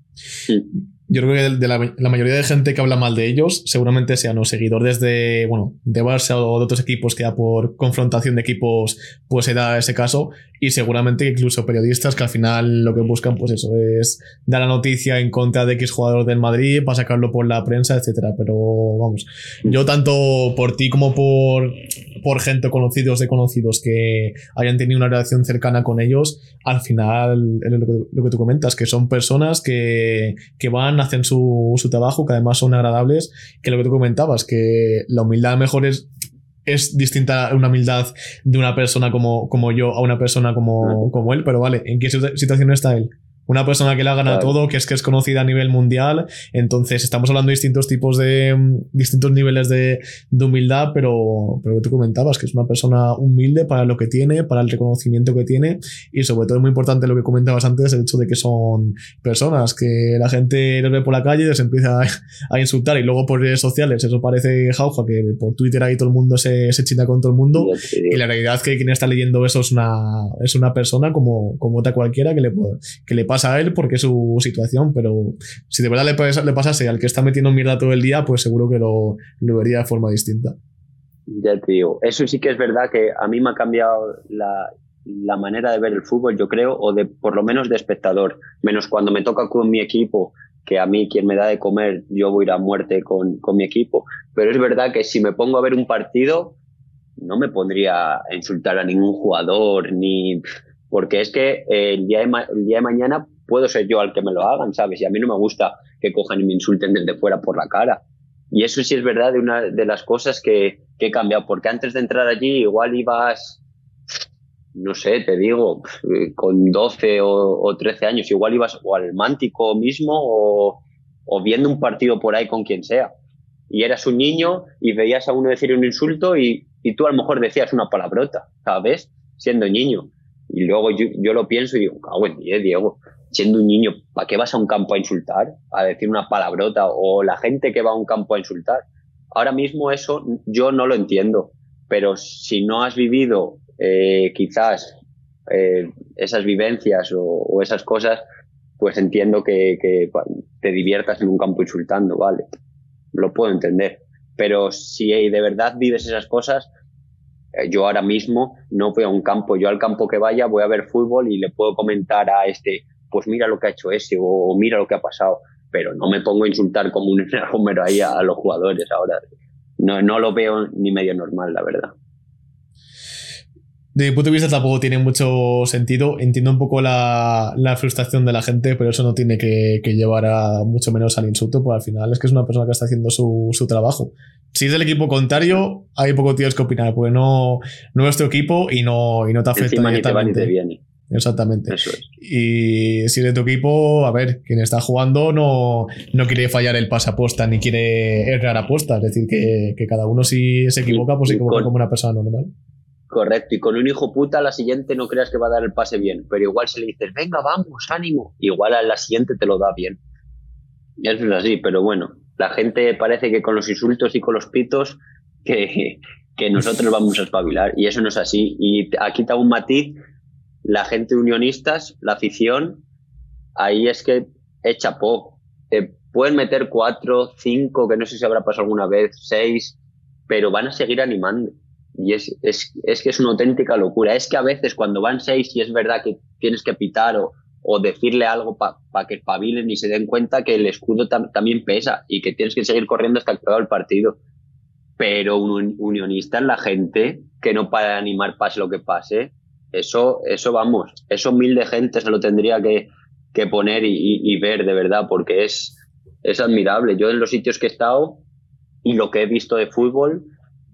Yo creo que de la mayoría de gente que habla mal de ellos, seguramente sean o seguidores de Barça o de otros equipos que da por confrontación de equipos, pues se da ese caso, y seguramente incluso periodistas que al final lo que buscan, pues eso, es dar la noticia en contra de X jugador del Madrid para sacarlo por la prensa, etcétera. Pero vamos, yo tanto por ti como por gente conocidos de conocidos que hayan tenido una relación cercana con ellos, al final lo que tú comentas, que son personas que van, hacen su trabajo, que además son agradables, que lo que tú comentabas, que la humildad mejor es distinta a una humildad de una persona como yo a una persona como él, pero vale, ¿en qué situación está él? Una persona que le ha ganado todo, que es conocida a nivel mundial. Entonces estamos hablando de distintos niveles de humildad, pero tú comentabas que es una persona humilde para lo que tiene, para el reconocimiento que tiene, y sobre todo es muy importante lo que comentabas antes, el hecho de que son personas que la gente los ve por la calle y les empieza a insultar, y luego por redes sociales eso parece jauja, que por Twitter ahí todo el mundo se china con todo el mundo, y la realidad es que quien está leyendo eso es una persona como otra cualquiera que le pasa a él porque es su situación. Pero si de verdad le pasase al que está metiendo mierda todo el día, pues seguro que lo vería de forma distinta. Ya te digo, eso sí que es verdad que a mí me ha cambiado la manera de ver el fútbol, yo creo, o de por lo menos de espectador, menos cuando me toca con mi equipo, que a mí quien me da de comer, yo voy a ir a muerte con mi equipo. Pero es verdad que si me pongo a ver un partido, no me pondría a insultar a ningún jugador, porque es que el día de mañana puedo ser yo al que me lo hagan, ¿sabes? Y a mí no me gusta que cojan y me insulten desde fuera por la cara. Y eso sí es verdad de una de las cosas que he cambiado, porque antes de entrar allí igual ibas, no sé, te digo, con 12 o 13 años, igual ibas o al Mántico mismo o viendo un partido por ahí con quien sea. Y eras un niño y veías a uno decir un insulto y tú a lo mejor decías una palabrota, ¿sabes? Siendo niño. Y luego yo lo pienso y digo, cago en 10, Diego, siendo un niño, ¿para qué vas a un campo a insultar? A decir una palabrota, o la gente que va a un campo a insultar. Ahora mismo eso yo no lo entiendo, pero si no has vivido quizás esas vivencias o esas cosas, pues entiendo que te diviertas en un campo insultando, ¿vale? Lo puedo entender. Pero si de verdad vives esas cosas, yo ahora mismo no voy a un campo, yo al campo que vaya voy a ver fútbol y le puedo comentar a pues mira lo que ha hecho ese o mira lo que ha pasado, pero no me pongo a insultar como un energúmeno ahí a los jugadores ahora. No lo veo ni medio normal, la verdad. De mi punto de vista tampoco tiene mucho sentido. Entiendo un poco la frustración de la gente, pero eso no tiene que llevar a mucho menos al insulto, porque al final es que es una persona que está haciendo su trabajo. Si es del equipo contrario, hay poco tienes que opinar, porque no es tu equipo y no te afecta encima directamente. Ni te va ni te viene. Exactamente. Eso es. Y si de tu equipo, a ver, quien está jugando no quiere fallar el pase aposta ni quiere errar aposta. Es decir, que cada uno si se equivoca, pues se equivoca como una persona normal. Correcto, y con un hijo puta a la siguiente no creas que va a dar el pase bien, pero igual si le dices, venga, vamos, ánimo, igual a la siguiente te lo da bien. Y eso es así, pero bueno, la gente parece que con los insultos y con los pitos que que nosotros vamos a espabilar, y eso no es así. Y aquí te hago un matiz, la gente unionistas, la afición, ahí es que es chapó. Pueden meter 4, 5, que no sé si habrá pasado alguna vez, 6, pero van a seguir animando. Y es que es una auténtica locura. Es que a veces cuando van 6 y es verdad que tienes que pitar o decirle algo para que espabilen y se den cuenta que el escudo también pesa y que tienes que seguir corriendo hasta que acabe el partido. Pero unionista es la gente que no para de animar pase lo que pase. Eso vamos, eso mil de gente se lo tendría que poner y ver de verdad, porque es admirable. Yo en los sitios que he estado y lo que he visto de fútbol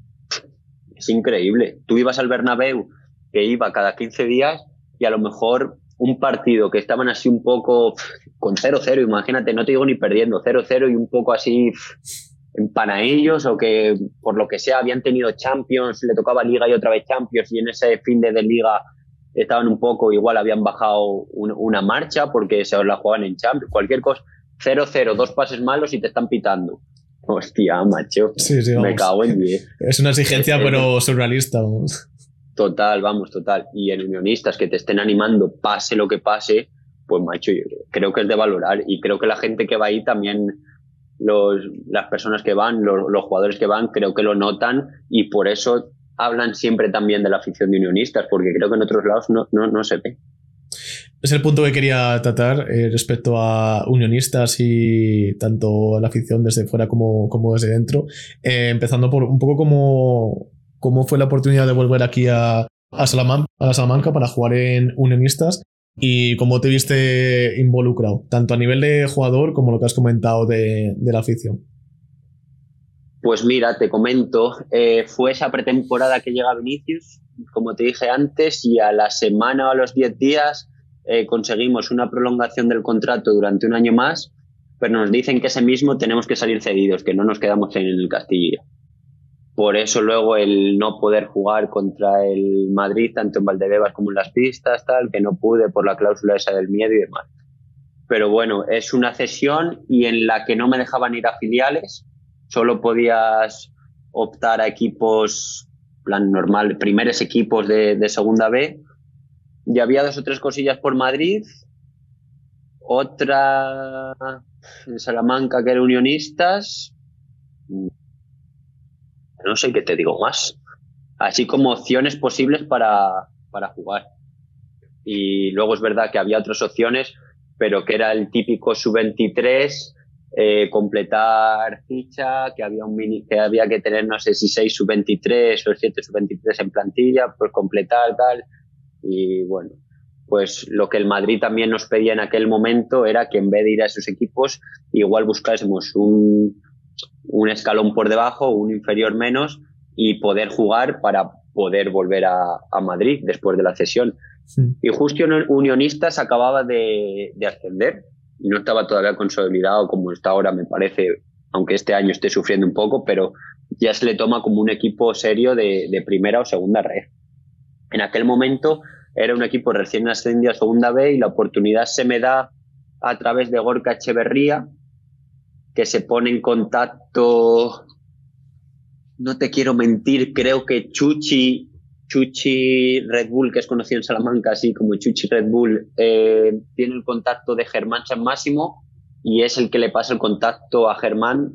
es increíble. Tú ibas al Bernabéu, que iba cada 15 días, y a lo mejor un partido que estaban así un poco con 0-0, imagínate, no te digo ni perdiendo, 0-0 y un poco así empanadillos, o que por lo que sea habían tenido Champions, le tocaba Liga y otra vez Champions, y en ese fin de Liga estaban un poco, igual habían bajado una marcha porque se la jugaban en Champions, cualquier cosa, 0-0, 2 pases malos y te están pitando. Hostia, macho, sí, me cago en 10. Es una exigencia, pero surrealista, vamos. Total. Y en unionistas que te estén animando, pase lo que pase, pues macho, yo creo que es de valorar, y creo que la gente que va ahí también, las personas que van, los jugadores que van, creo que lo notan, y por eso hablan siempre también de la afición de unionistas, porque creo que en otros lados no se ve. Es el punto que quería tratar respecto a unionistas y tanto la afición desde fuera como desde dentro. Empezando por un poco cómo fue la oportunidad de volver aquí a Salamanca para jugar en unionistas, y cómo te viste involucrado, tanto a nivel de jugador como lo que has comentado de la afición. Pues mira, te comento, fue esa pretemporada que llega Vinicius, como te dije antes, y a la semana o a los 10 días conseguimos una prolongación del contrato durante un año más, pero nos dicen que ese mismo tenemos que salir cedidos, que no nos quedamos en el Castilla. Por eso luego el no poder jugar contra el Madrid, tanto en Valdebebas como en las pistas, tal, que no pude por la cláusula esa del miedo y demás. Pero bueno, es una cesión y en la que no me dejaban ir a filiales, solo podías optar a equipos, plan normal, primeros equipos de segunda B. Y había 2 o 3 cosillas por Madrid, otra en Salamanca que era unionistas, no sé qué te digo más, así como opciones posibles para jugar. Y luego es verdad que había otras opciones, pero que era el típico sub-23, completar ficha, que había que tener no sé si 6 sub-23 o 7 sub-23 en plantilla, pues completar tal. Y bueno, pues lo que el Madrid también nos pedía en aquel momento era que en vez de ir a esos equipos, igual buscásemos un escalón por debajo, un inferior menos, y poder jugar para poder volver a Madrid después de la cesión. Sí. Y justo Unionistas acababa de ascender y no estaba todavía consolidado como está ahora, me parece, aunque este año esté sufriendo un poco, pero ya se le toma como un equipo serio de primera o segunda red. En aquel momento era un equipo recién ascendido a segunda B y la oportunidad se me da a través de Gorka Echeverría, que se pone en contacto, no te quiero mentir, creo que Chuchi Red Bull, que es conocido en Salamanca así como Chuchi Red Bull, tiene el contacto de Germán San Máximo y es el que le pasa el contacto a Germán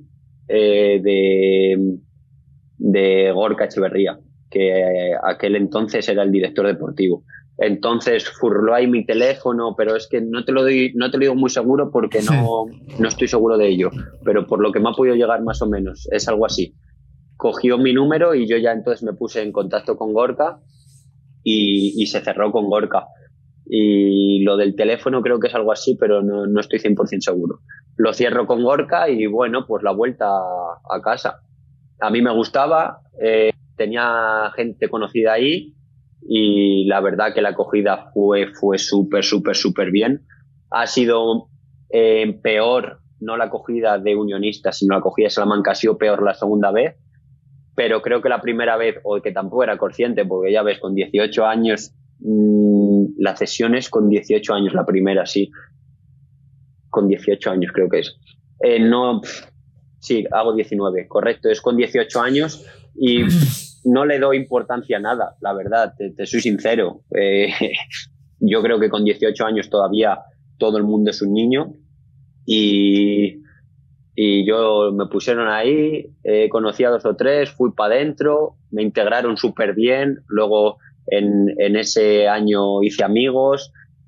de Gorka Echeverría, que aquel entonces era el director deportivo. Entonces furló ahí mi teléfono, pero es que no te lo digo muy seguro porque no estoy seguro de ello, pero por lo que me ha podido llegar más o menos, es algo así. Cogió mi número y yo ya entonces me puse en contacto con Gorka y se cerró con Gorka. Y lo del teléfono creo que es algo así, pero no estoy 100% seguro. Lo cierro con Gorka y bueno, pues la vuelta a casa. A mí me gustaba, tenía gente conocida ahí y la verdad que la acogida fue súper bien. Ha sido peor, no la acogida de Unionistas, sino la acogida de Salamanca, ha sido peor la segunda vez, pero creo que la primera vez, o que tampoco era consciente, porque ya ves, con 18 años, la cesión es con 18 años la primera, sí. Con 18 años creo que es. Sí, hago 19, correcto, es con 18 años y no le doy importancia a nada, la verdad, te soy sincero. Yo creo que con 18 años todavía todo el mundo es un niño y yo me pusieron ahí, conocí a 2 o 3, fui para adentro, me integraron súper bien, luego en ese año hice amigos,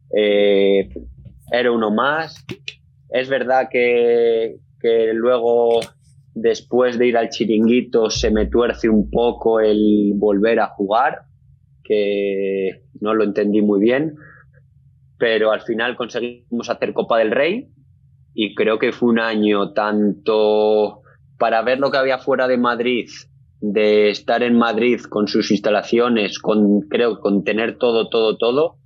era uno más. Es verdad que luego, después de ir al chiringuito, se me tuerce un poco el volver a jugar, que no lo entendí muy bien, pero al final conseguimos hacer Copa del Rey y creo que fue un año tanto para ver lo que había fuera de Madrid, de estar en Madrid con sus instalaciones, con tener todo,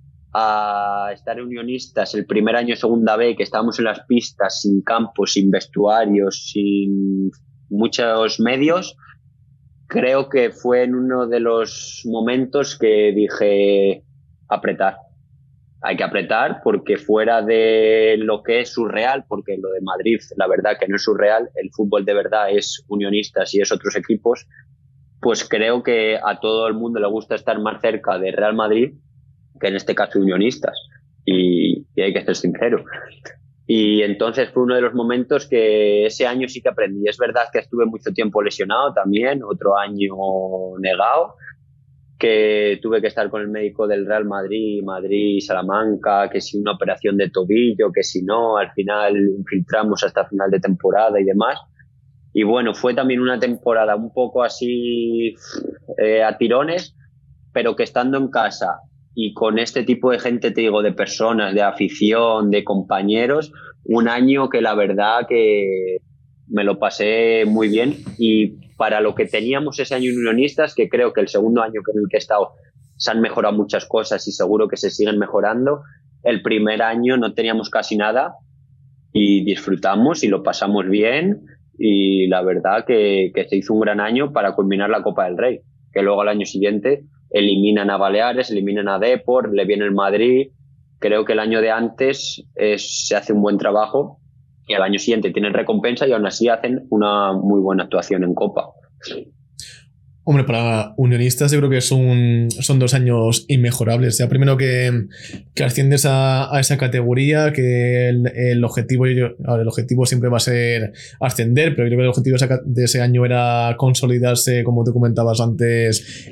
a estar en Unionistas el primer año segunda B, que estábamos en las pistas sin campos, sin vestuarios, sin muchos medios. Creo que fue en uno de los momentos que dije apretar. Hay que apretar porque fuera de lo que es surreal, porque lo de Madrid, la verdad que no es surreal, el fútbol de verdad es Unionistas y es otros equipos, pues creo que a todo el mundo le gusta estar más cerca de Real Madrid que en este caso Unionistas. Y hay que ser sincero. Y entonces fue uno de los momentos que ese año sí que aprendí. Es verdad que estuve mucho tiempo lesionado también, otro año negado, que tuve que estar con el médico del Real Madrid, Salamanca, que si una operación de tobillo, que si no, al final infiltramos hasta final de temporada y demás. Y bueno, fue también una temporada un poco así a tirones, pero que estando en casa y con este tipo de gente, te digo, de personas, de afición, de compañeros, un año que la verdad que me lo pasé muy bien. Y para lo que teníamos ese año en Unionistas, que creo que el segundo año en el que he estado se han mejorado muchas cosas y seguro que se siguen mejorando, el primer año no teníamos casi nada y disfrutamos y lo pasamos bien y la verdad que se hizo un gran año para culminar la Copa del Rey, que luego al año siguiente eliminan a Baleares, eliminan a Depor, le viene el Madrid. Creo que el año de antes se hace un buen trabajo y al año siguiente tienen recompensa y aún así hacen una muy buena actuación en Copa. Hombre, para Unionistas yo creo que son 2 años inmejorables. Ya primero que asciendes a esa categoría, que el objetivo siempre va a ser ascender, pero yo creo que el objetivo de ese año era consolidarse, como tú comentabas antes,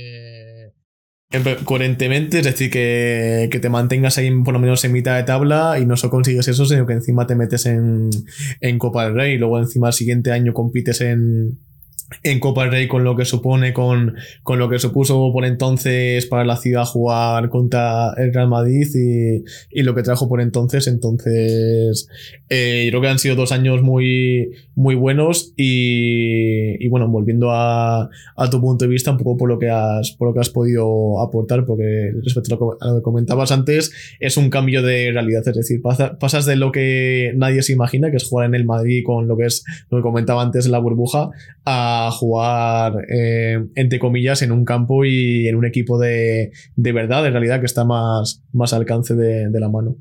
coherentemente, es decir, que te mantengas ahí por lo menos en mitad de tabla y no solo consigues eso, sino que encima te metes en Copa del Rey y luego encima el siguiente año compites en Copa del Rey, con lo que supone, con lo que supuso por entonces para la ciudad jugar contra el Real Madrid y lo que trajo por entonces. Entonces yo creo que han sido 2 años muy, muy buenos y bueno, volviendo a tu punto de vista, un poco por lo que has podido aportar, porque respecto a lo que comentabas antes, es un cambio de realidad, es decir, pasas de lo que nadie se imagina, que es jugar en el Madrid con lo que comentaba antes en la burbuja, a jugar entre comillas en un campo y en un equipo de verdad, de realidad, que está más al alcance de la mano.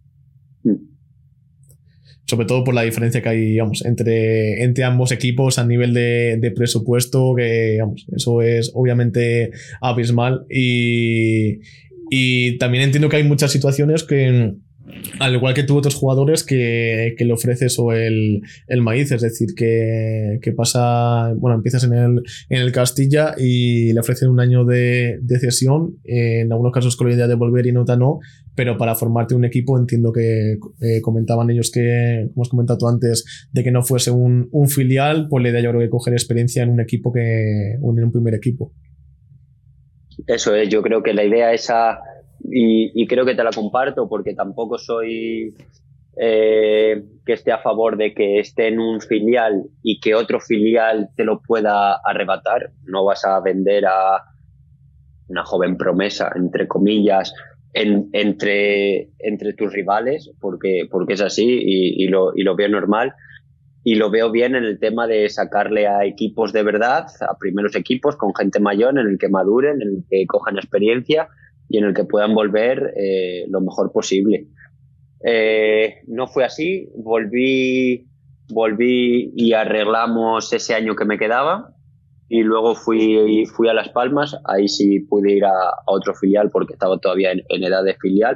Sobre todo por la diferencia que hay, digamos, entre ambos equipos a nivel de presupuesto, que digamos, eso es obviamente abismal y también entiendo que hay muchas situaciones que, al igual que tú, otros jugadores que le ofreces o el maíz, es decir, que pasa, bueno, empiezas en el Castilla y le ofrecen un año de cesión, en algunos casos con la idea de volver y en otra no, pero para formarte un equipo. Entiendo que comentaban ellos que, como has comentado tú antes, de que no fuese un filial, pues la idea yo creo que coger experiencia en un equipo en un primer equipo. Eso es, yo creo que la idea esa, y creo que te la comparto porque tampoco soy que esté a favor de que esté en un filial y que otro filial te lo pueda arrebatar. No vas a vender a una joven promesa, entre comillas, entre tus rivales, porque es así y lo veo normal. Y lo veo bien en el tema de sacarle a equipos de verdad, a primeros equipos con gente mayor, en el que maduren, en el que cojan experiencia y en el que puedan volver lo mejor posible. No fue así, volví y arreglamos ese año que me quedaba y luego fui a Las Palmas. Ahí sí pude ir a otro filial porque estaba todavía en edad de filial.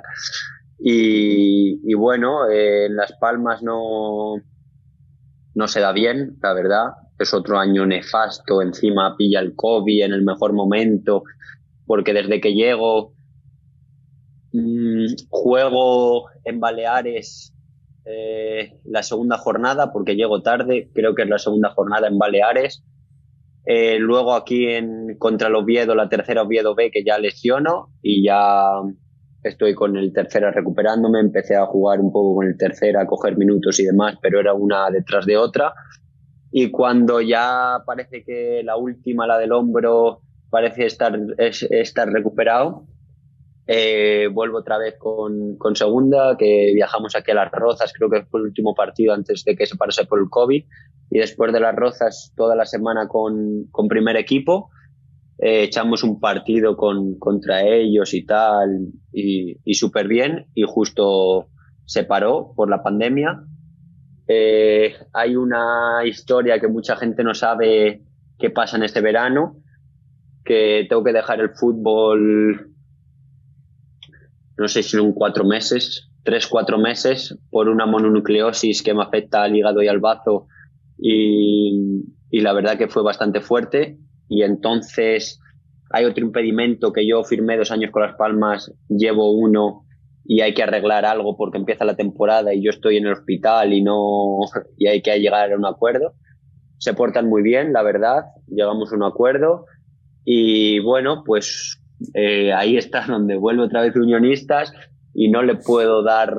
Y bueno, en Las Palmas no se da bien, la verdad. Es otro año nefasto, encima pilla el COVID en el mejor momento, porque desde que llego juego en Baleares la segunda jornada, porque llego tarde, creo que es la segunda jornada en Baleares. Luego aquí contra el Oviedo, la tercera Oviedo B, que ya lesiono y ya estoy con el tercera recuperándome. Empecé a jugar un poco con el tercera, a coger minutos y demás, pero era una detrás de otra. Y cuando ya parece que la última, la del hombro, parece estar recuperado, vuelvo otra vez con segunda, que viajamos aquí a Las Rozas, creo que fue el último partido antes de que se parase por el COVID, y después de Las Rozas toda la semana con primer equipo. Echamos un partido contra ellos y tal, y súper bien, y justo se paró por la pandemia. Hay una historia que mucha gente no sabe qué pasa en este verano, que tengo que dejar el fútbol, no sé si son 4 meses, 3-4 meses, por una mononucleosis que me afecta al hígado y al bazo, y la verdad que fue bastante fuerte. Y entonces hay otro impedimento que yo firmé 2 años con Las Palmas, llevo 1 y hay que arreglar algo porque empieza la temporada y yo estoy en el hospital y hay que llegar a un acuerdo. Se portan muy bien, la verdad, llegamos a un acuerdo y bueno, pues ahí está donde vuelvo otra vez Unionistas, y no le puedo dar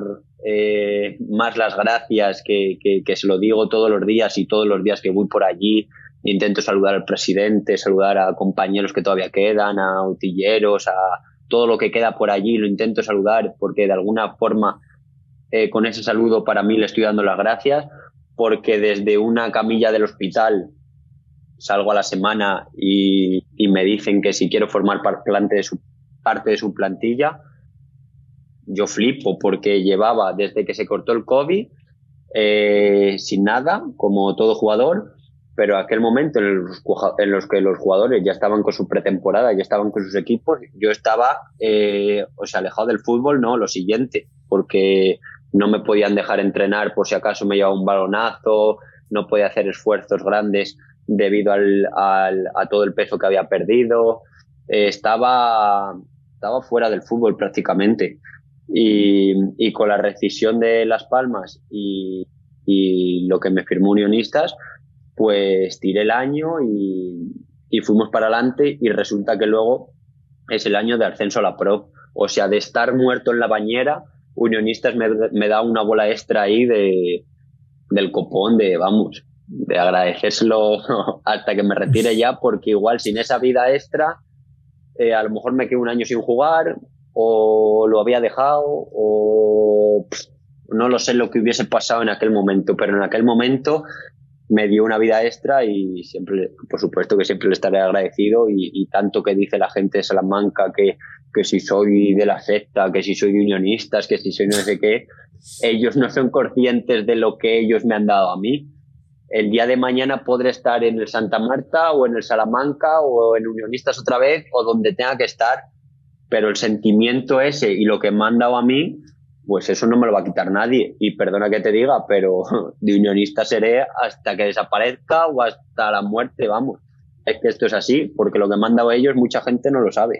más las gracias que se lo digo todos los días, y todos los días que voy por allí intento saludar al presidente, saludar a compañeros que todavía quedan, a utilleros, a todo lo que queda por allí, lo intento saludar porque de alguna forma con ese saludo para mí le estoy dando las gracias, porque desde una camilla del hospital salgo a la semana y me dicen que si quiero formar parte de su plantilla. Yo flipo porque llevaba desde que se cortó el COVID sin nada, como todo jugador, pero aquel momento en los que los jugadores ya estaban con su pretemporada, ya estaban con sus equipos, yo estaba alejado del fútbol, no, lo siguiente, porque no me podían dejar entrenar por si acaso me llevaba un balonazo, no podía hacer esfuerzos grandes debido a todo el peso que había perdido. Estaba fuera del fútbol prácticamente. Y con la rescisión de Las Palmas y lo que me firmó Unionistas, pues tiré el año y fuimos para adelante, y resulta que luego es el año de ascenso a la Pro. O sea, de estar muerto en la bañera, Unionistas me da una bola extra ahí del copón, de agradecérselo hasta que me retire ya, porque igual sin esa vida extra a lo mejor me quedo un año sin jugar, o lo había dejado, o no lo sé lo que hubiese pasado en aquel momento, pero en aquel momento me dio una vida extra y siempre, por supuesto que siempre le estaré agradecido, y tanto que dice la gente de Salamanca que si soy de la secta, que si soy de Unionistas, que si soy no sé qué, ellos no son conscientes de lo que ellos me han dado a mí. El día de mañana podré estar en el Santa Marta o en el Salamanca o en Unionistas otra vez o donde tenga que estar, pero el sentimiento ese y lo que me han dado a mí, pues eso no me lo va a quitar nadie. Y perdona que te diga, pero de Unionista seré hasta que desaparezca o hasta la muerte, vamos. Es que esto es así, porque lo que me han dado ellos mucha gente no lo sabe.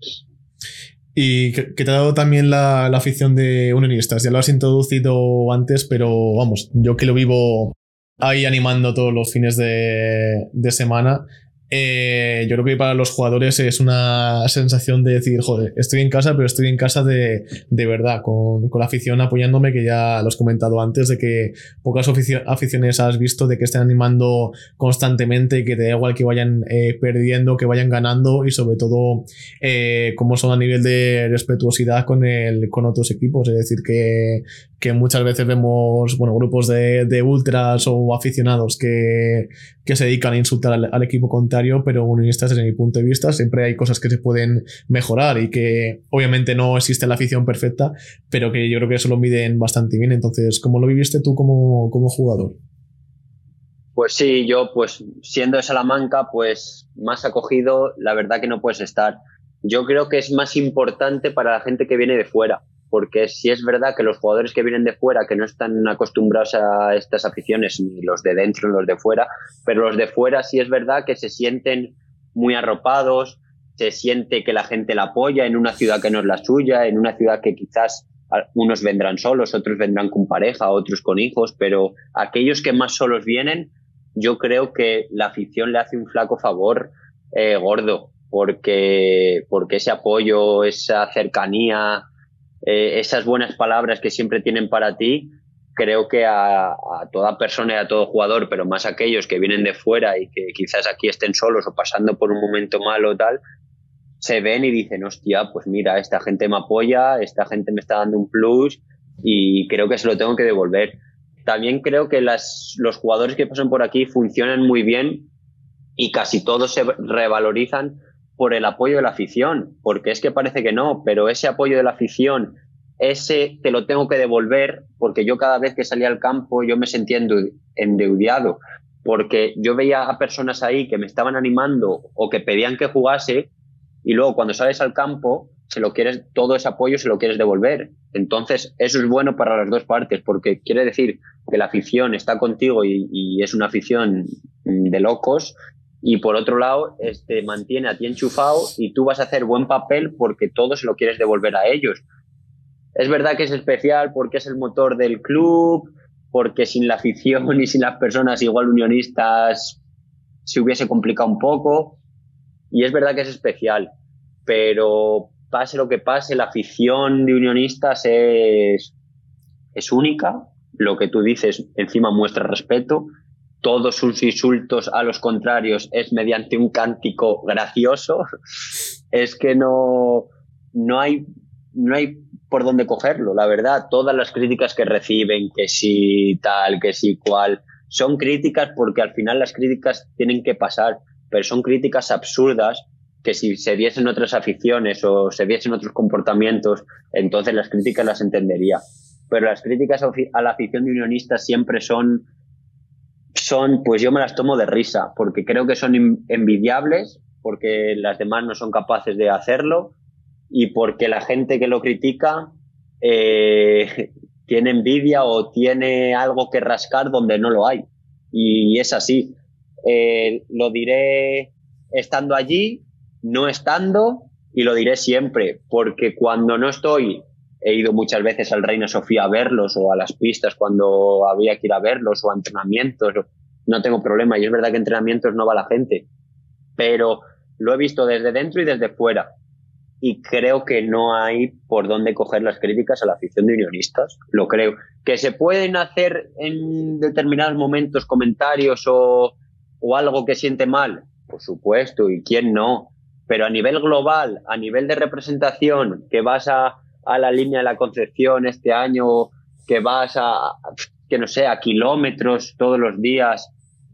Y que te ha dado también la afición de Unionistas. Ya lo has introducido antes, pero vamos, yo que lo vivo ahí animando todos los fines de semana, yo creo que para los jugadores es una sensación de decir, joder, estoy en casa, pero estoy en casa de verdad, con la afición apoyándome, que ya lo has comentado antes, de que pocas aficiones has visto de que estén animando constantemente, que te da igual que vayan perdiendo, que vayan ganando, y sobre todo cómo son a nivel de respetuosidad con otros equipos. Es decir, que muchas veces vemos grupos de ultras o aficionados que se dedican a insultar al equipo contrario, pero Unionistas, desde mi punto de vista, siempre hay cosas que se pueden mejorar, y que obviamente no existe la afición perfecta, pero que yo creo que eso lo miden bastante bien. Entonces, ¿cómo lo viviste tú como jugador? Pues sí, yo pues siendo de Salamanca, pues más acogido, la verdad que no puedes estar. Yo creo que es más importante para la gente que viene de fuera, porque si es verdad que los jugadores que vienen de fuera, que no están acostumbrados a estas aficiones, ni los de dentro ni los de fuera, pero los de fuera sí es verdad que se sienten muy arropados, se siente que la gente la apoya en una ciudad que no es la suya, en una ciudad que quizás unos vendrán solos, otros vendrán con pareja, otros con hijos, pero aquellos que más solos vienen, yo creo que la afición le hace un flaco favor gordo, porque ese apoyo, esa cercanía, esas buenas palabras que siempre tienen para ti, creo que a toda persona y a todo jugador, pero más aquellos que vienen de fuera y que quizás aquí estén solos o pasando por un momento malo o tal, se ven y dicen, hostia, pues mira, esta gente me apoya, esta gente me está dando un plus y creo que se lo tengo que devolver. También creo que los jugadores que pasan por aquí funcionan muy bien y casi todos se revalorizan por el apoyo de la afición, porque es que parece que no, pero ese apoyo de la afición, ese te lo tengo que devolver, porque yo cada vez que salía al campo yo me sentía endeudado, porque yo veía a personas ahí que me estaban animando o que pedían que jugase y luego cuando sales al campo se lo quieres, todo ese apoyo se lo quieres devolver. Entonces, eso es bueno para las dos partes, porque quiere decir que la afición está contigo y es una afición de locos, y por otro lado, mantiene a ti enchufado y tú vas a hacer buen papel porque todo se lo quieres devolver a ellos. Es verdad que es especial porque es el motor del club, porque sin la afición y sin las personas igual unionistas se hubiese complicado un poco, y es verdad que es especial, pero pase lo que pase, la afición de Unionistas es única. Lo que tú dices encima muestra respeto. Todos sus insultos a los contrarios es mediante un cántico gracioso. Es que no hay por dónde cogerlo, la verdad. Todas las críticas que reciben, que sí tal, que sí cual, son críticas porque al final las críticas tienen que pasar, pero son críticas absurdas que si se viesen otras aficiones o se viesen otros comportamientos, entonces las críticas las entendería. Pero las críticas a la afición de Unionistas siempre son, pues yo me las tomo de risa, porque creo que son envidiables, porque las demás no son capaces de hacerlo y porque la gente que lo critica tiene envidia o tiene algo que rascar donde no lo hay. Y es así. Lo diré estando allí, no estando, y lo diré siempre, porque cuando no estoy, he ido muchas veces al Reina Sofía a verlos o a las pistas cuando había que ir a verlos o a entrenamientos, no tengo problema, y es verdad que entrenamientos no va la gente, pero lo he visto desde dentro y desde fuera, y creo que no hay por dónde coger las críticas a la afición de Unionistas, lo creo. Que se pueden hacer en determinados momentos comentarios o algo que siente mal, por supuesto, y quién no, pero a nivel global, a nivel de representación, que vas a la línea de la Concepción este año, que vas que no sé, a kilómetros todos los días,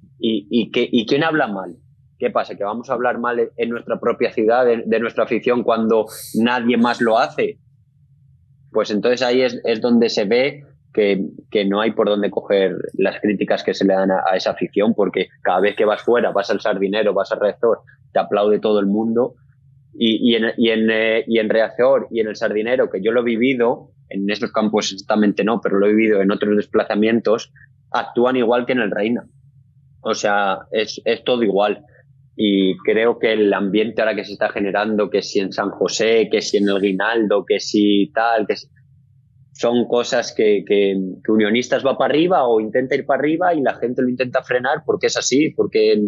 y quién habla mal. ¿Qué pasa? ¿Que vamos a hablar mal en nuestra propia ciudad, de nuestra afición, cuando nadie más lo hace? Pues entonces ahí es donde se ve que no hay por dónde coger las críticas que se le dan a esa afición, porque cada vez que vas fuera, vas al Sardinero, vas al Riazor, te aplaude todo el mundo, y en Riazor y en el Sardinero, que yo lo he vivido, en estos campos exactamente no, pero lo he vivido en otros desplazamientos, actúan igual que en el Reina. O sea, es todo igual. Y creo que el ambiente ahora que se está generando, que si en San José, que si en el Guinaldo, que si tal, son cosas que Unionistas va para arriba o intenta ir para arriba y la gente lo intenta frenar porque es así, porque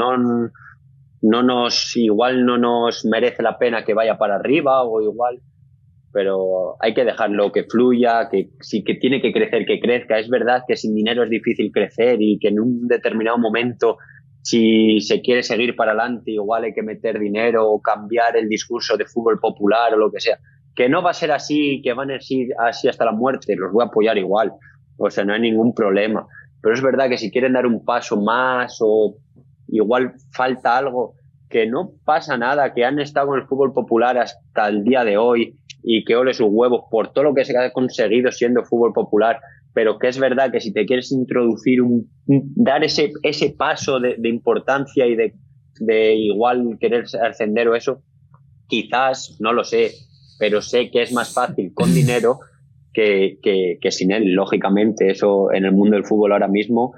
igual no nos merece la pena que vaya para arriba o igual, pero hay que dejarlo que fluya, que sí que tiene que crecer, que crezca. Es verdad que sin dinero es difícil crecer y que en un determinado momento, si se quiere seguir para adelante, igual hay que meter dinero o cambiar el discurso de fútbol popular o lo que sea. Que no va a ser así, que van a ser así hasta la muerte, los voy a apoyar igual. O sea, no hay ningún problema. Pero es verdad que si quieren dar un paso más o igual falta algo, que no pasa nada, que han estado en el fútbol popular hasta el día de hoy y que ole sus huevos por todo lo que se ha conseguido siendo fútbol popular, pero que es verdad que si te quieres introducir, dar ese paso de importancia y de igual querer ascender o eso, quizás, no lo sé, pero sé que es más fácil con dinero que sin él. Lógicamente, eso en el mundo del fútbol ahora mismo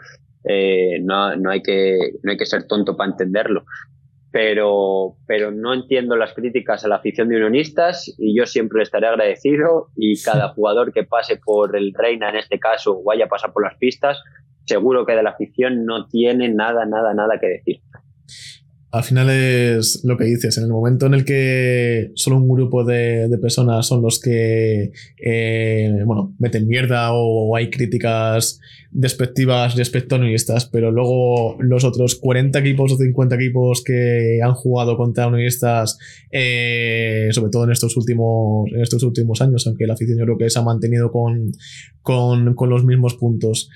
no hay que ser tonto para entenderlo. Pero no entiendo las críticas a la afición de Unionistas y yo siempre le estaré agradecido, y cada jugador que pase por el Reina en este caso o vaya a pasar por las pistas, seguro que de la afición no tiene nada que decir. Al final es lo que dices, en el momento en el que solo un grupo de personas son los que meten mierda o hay críticas despectivas respecto a unionistas, pero luego los otros 40 equipos o 50 equipos que han jugado contra unionistas, sobre todo en estos últimos años, aunque la afición yo creo que se ha mantenido con los mismos puntos,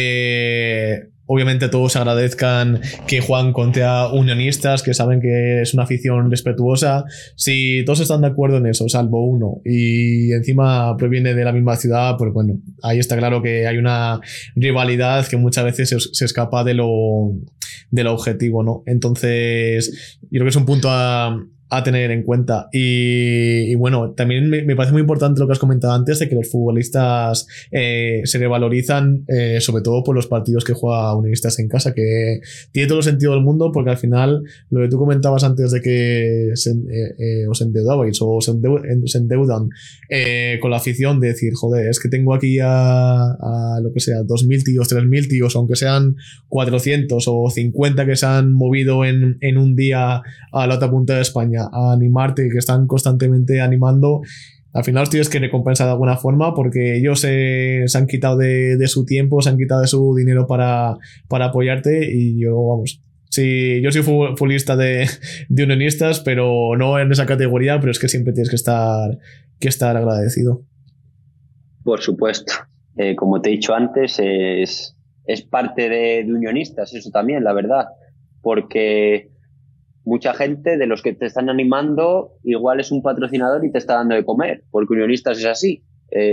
obviamente todos agradezcan que juegan contra unionistas, que saben que es una afición respetuosa. Si todos están de acuerdo en eso, salvo uno, y encima proviene de la misma ciudad, pues bueno, ahí está claro que hay una rivalidad que muchas veces se escapa de lo objetivo, ¿no? Entonces, yo creo que es un punto a tener en cuenta. Y bueno, también me parece muy importante lo que has comentado antes, de que los futbolistas se revalorizan, sobre todo por los partidos que juega Unionistas en casa, que tiene todo el sentido del mundo, porque al final lo que tú comentabas antes de que os endeudabais o se endeudan con la afición, de decir, joder, es que tengo aquí a lo que sea 2.000 tíos, 3.000 tíos, aunque sean 400 o 50 que se han movido en un día a la otra punta de España a animarte, que están constantemente animando. Al final los tienes que recompensar de alguna forma, porque ellos se han quitado de su tiempo, se han quitado de su dinero para apoyarte. Y yo, vamos, sí, yo soy futbolista de unionistas, pero no en esa categoría, pero es que siempre tienes que estar agradecido. Por supuesto. Como te he dicho antes, es parte de unionistas eso también, la verdad, porque mucha gente de los que te están animando igual es un patrocinador y te está dando de comer, porque Unionistas es así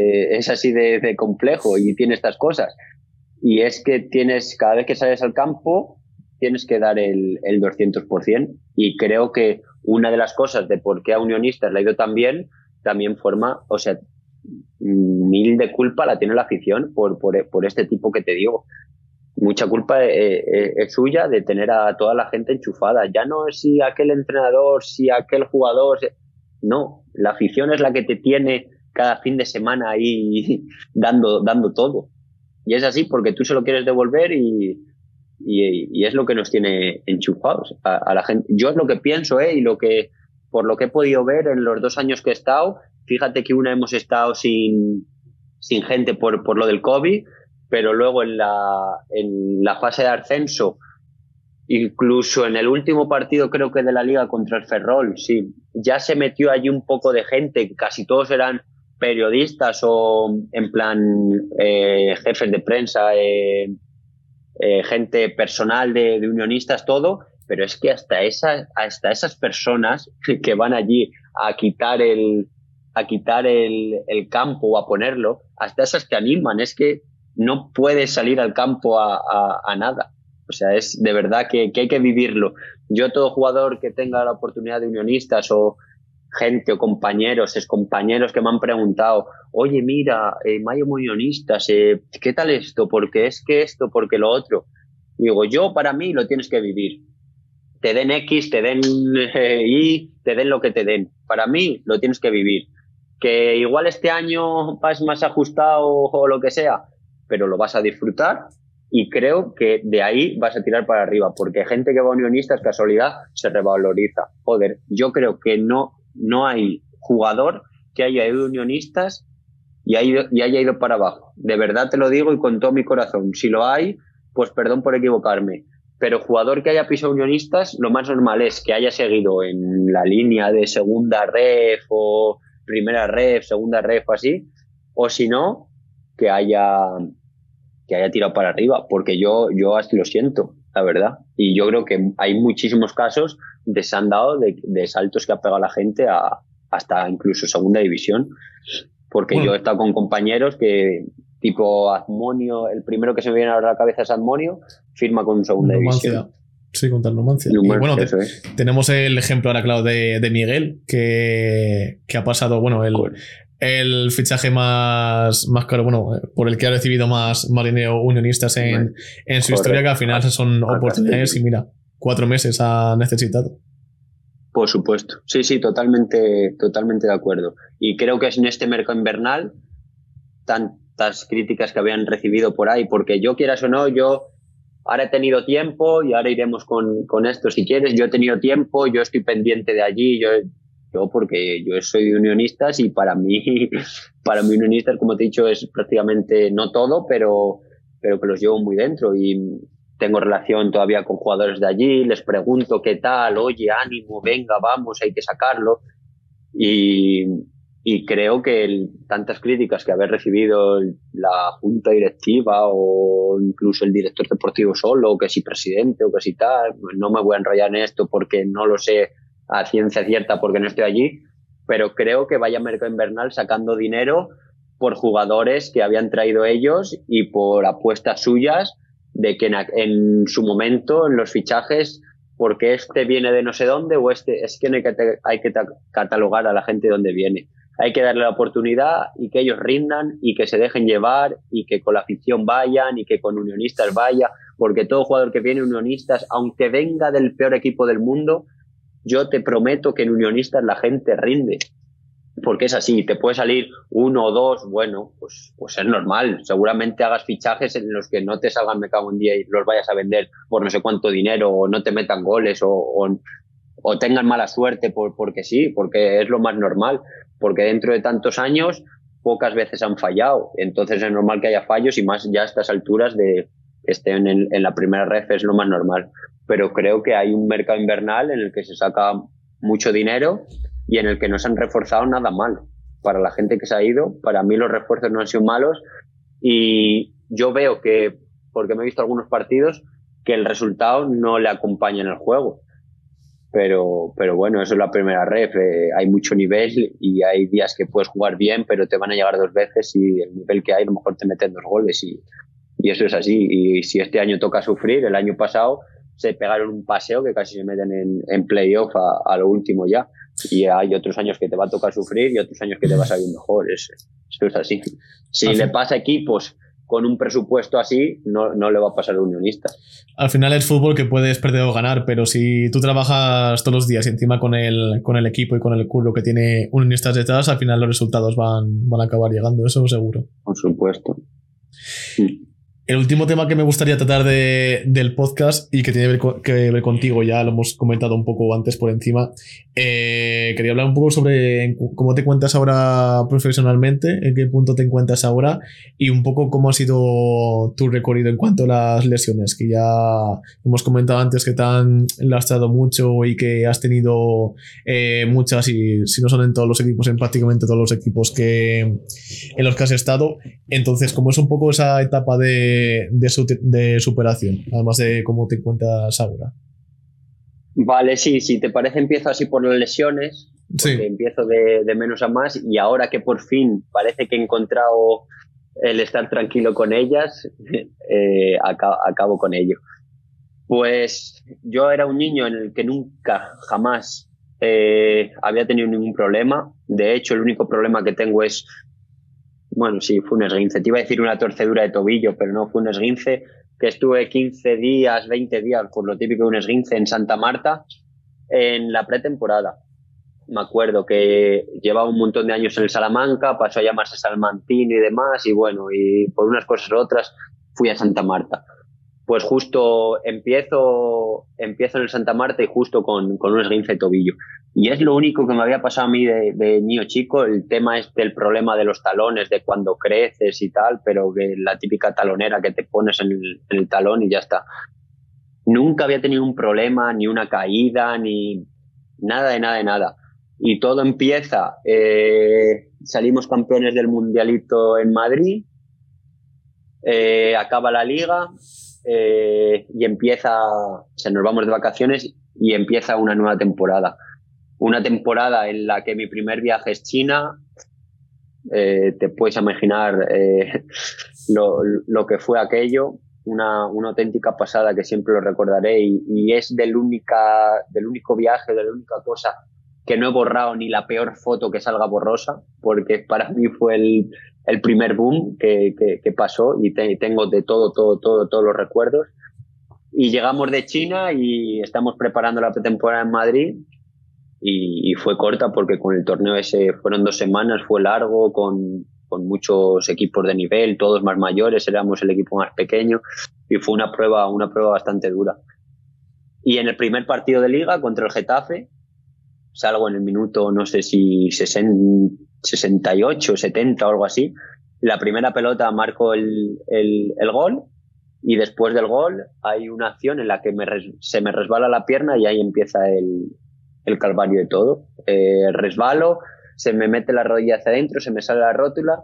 de complejo y tiene estas cosas. Y es que cada vez que sales al campo, tienes que dar el 200%. Y creo que una de las cosas de por qué a Unionistas le ha ido tan bien, también forma, o sea, mil de culpa la tiene la afición por este tipo que te digo. Mucha culpa es suya de tener a toda la gente enchufada. Ya no es si aquel entrenador, si aquel jugador. No, la afición es la que te tiene cada fin de semana ahí dando todo. Y es así porque tú se lo quieres devolver y es lo que nos tiene enchufados a la gente. Yo es lo que pienso, y por lo que he podido ver en los 2 años que he estado, fíjate que hemos estado sin gente por lo del COVID, pero luego en la fase de ascenso, incluso en el último partido creo que de la Liga contra el Ferrol, sí, ya se metió allí un poco de gente, casi todos eran periodistas o en plan jefes de prensa, gente personal de unionistas, todo, pero es que hasta esas personas que van allí a quitar el campo o a ponerlo, hasta esas te animan. Es que no puedes salir al campo a nada. O sea, es de verdad que hay que vivirlo. Yo, todo jugador que tenga la oportunidad de unionistas, o gente o excompañeros que me han preguntado, oye, mira, Mayo unionistas, ¿qué tal esto? Porque es que esto, porque lo otro. Digo, para mí lo tienes que vivir. Te den X, te den Y, te den lo que te den. Para mí lo tienes que vivir. Que igual este año vas más ajustado o lo que sea, pero lo vas a disfrutar, y creo que de ahí vas a tirar para arriba, porque gente que va a unionistas, casualidad, se revaloriza. Joder, yo creo que no hay jugador que haya ido a unionistas y haya ido para abajo. De verdad te lo digo y con todo mi corazón. Si lo hay, pues perdón por equivocarme. Pero jugador que haya pisado unionistas, lo más normal es que haya seguido en la línea de segunda ref o primera ref, segunda ref, así, o si no, que haya tirado para arriba, porque yo así lo siento, la verdad. Y yo creo que hay muchísimos casos se han dado de saltos que ha pegado la gente hasta incluso segunda división, porque yo he estado con compañeros que tipo Azmonio, el primero que se me viene ahora a la cabeza es Azmonio, firma con segunda división. Sí, contra el Numancia. Y bueno, tenemos el ejemplo ahora, claro, de Miguel, que ha pasado, bueno, el fichaje más caro, bueno, por el que ha recibido más dinero Unionistas en su historia, que al final son oportunidades y mira, 4 meses ha necesitado. Por supuesto. Sí, totalmente de acuerdo. Y creo que es en este mercado invernal tantas críticas que habían recibido por ahí, porque yo, quieras o no, yo ahora he tenido tiempo y ahora iremos con esto si quieres. Yo he tenido tiempo, yo estoy pendiente de allí, yo porque yo soy de Unionistas y para mí Unionistas, como te he dicho, es prácticamente no todo, pero que los llevo muy dentro y tengo relación todavía con jugadores de allí, les pregunto qué tal, oye, ánimo, venga, vamos, hay que sacarlo. Y creo que tantas críticas que haber recibido la junta directiva o incluso el director deportivo solo, o que si presidente o que si tal, no me voy a enrollar en esto porque no lo sé a ciencia cierta porque no estoy allí, pero creo que vaya mercado invernal sacando dinero por jugadores que habían traído ellos y por apuestas suyas de que en su momento, en los fichajes, porque este viene de no sé dónde o es que no hay que catalogar a la gente de dónde viene. Hay que darle la oportunidad y que ellos rindan y que se dejen llevar y que con la afición vayan y que con Unionistas vaya, porque todo jugador que viene Unionistas, aunque venga del peor equipo del mundo, yo te prometo que en Unionistas la gente rinde. Porque es así, te puede salir 1 o 2, bueno, pues es normal. Seguramente hagas fichajes en los que no te salgan me cago en día y los vayas a vender por no sé cuánto dinero o no te metan goles o tengan mala suerte porque sí, porque es lo más normal. Porque dentro de tantos años pocas veces han fallado. Entonces es normal que haya fallos y más ya a estas alturas de que estén en la primera ref es lo más normal. Pero creo que hay un mercado invernal en el que se saca mucho dinero y en el que no se han reforzado nada mal. Para la gente que se ha ido, para mí los refuerzos no han sido malos y yo veo que, porque me he visto algunos partidos, que el resultado no le acompaña en el juego. Pero bueno, eso es la primera ref. Hay mucho nivel y hay días que puedes jugar bien, pero te van a llegar 2 veces y el nivel que hay, a lo mejor te meten 2 goles y eso es así. Y si este año toca sufrir, el año pasado se pegaron un paseo que casi se meten en playoff a lo último ya. Y hay otros años que te va a tocar sufrir y otros años que te va a salir mejor. Eso es así. Si le pasa a equipos con un presupuesto así, no le va a pasar a Unionistas. Al final es fútbol que puedes perder o ganar, pero si tú trabajas todos los días y encima con el equipo y con el curro que tiene Unionistas detrás, al final los resultados van a acabar llegando, eso seguro. Por supuesto. Sí. El último tema que me gustaría tratar del podcast y que tiene que ver contigo, ya lo hemos comentado un poco antes por encima, quería hablar un poco sobre cómo te encuentras ahora profesionalmente, en qué punto te encuentras ahora y un poco cómo ha sido tu recorrido en cuanto a las lesiones, que ya hemos comentado antes que te han lastrado mucho y que has tenido muchas, y si no son en todos los equipos, en prácticamente todos los equipos en los que has estado. Entonces, ¿cómo es un poco esa etapa de superación, además de cómo te encuentras ahora? Vale, sí, si te parece empiezo así por las lesiones, porque sí. Empiezo de menos a más y ahora que por fin parece que he encontrado el estar tranquilo con ellas, acabo con ello. Pues yo era un niño en el que nunca, jamás había tenido ningún problema. De hecho, el único problema que tengo es, bueno, sí, fue un esguince. Te iba a decir una torcedura de tobillo, pero no, fue un esguince que estuve 15 días, 20 días, por lo típico de un esguince en Santa Marta, en la pretemporada. Me acuerdo que llevaba un montón de años en el Salamanca, pasó a llamarse Salmantino y demás, y bueno, y por unas cosas u otras fui a Santa Marta. Pues justo empiezo en el Santa Marta y justo con un esguince de tobillo. Y es lo único que me había pasado a mí de niño chico. El tema es del problema de los talones, de cuando creces y tal, pero que la típica talonera que te pones en el talón y ya está. Nunca había tenido un problema, ni una caída, ni nada de nada. Y todo empieza, salimos campeones del Mundialito en Madrid, acaba la liga, y nos vamos de vacaciones y empieza una nueva temporada. Una temporada en la que mi primer viaje es China, te puedes imaginar lo que fue aquello. Una auténtica pasada que siempre lo recordaré y es del único viaje, de la única cosa que no he borrado ni la peor foto que salga borrosa, porque para mí fue el primer boom que pasó y tengo de todos los recuerdos. Y llegamos de China y estamos preparando la pretemporada en Madrid y fue corta porque con el torneo ese fueron 2 semanas, fue largo, con muchos equipos de nivel, todos más mayores, éramos el equipo más pequeño y fue una prueba bastante dura. Y en el primer partido de liga contra el Getafe, salgo en el minuto, no sé si 68, 70 o algo así, la primera pelota marco el gol y después del gol hay una acción en la que se me resbala la pierna y ahí empieza el calvario de todo. Resbalo, se me mete la rodilla hacia adentro, se me sale la rótula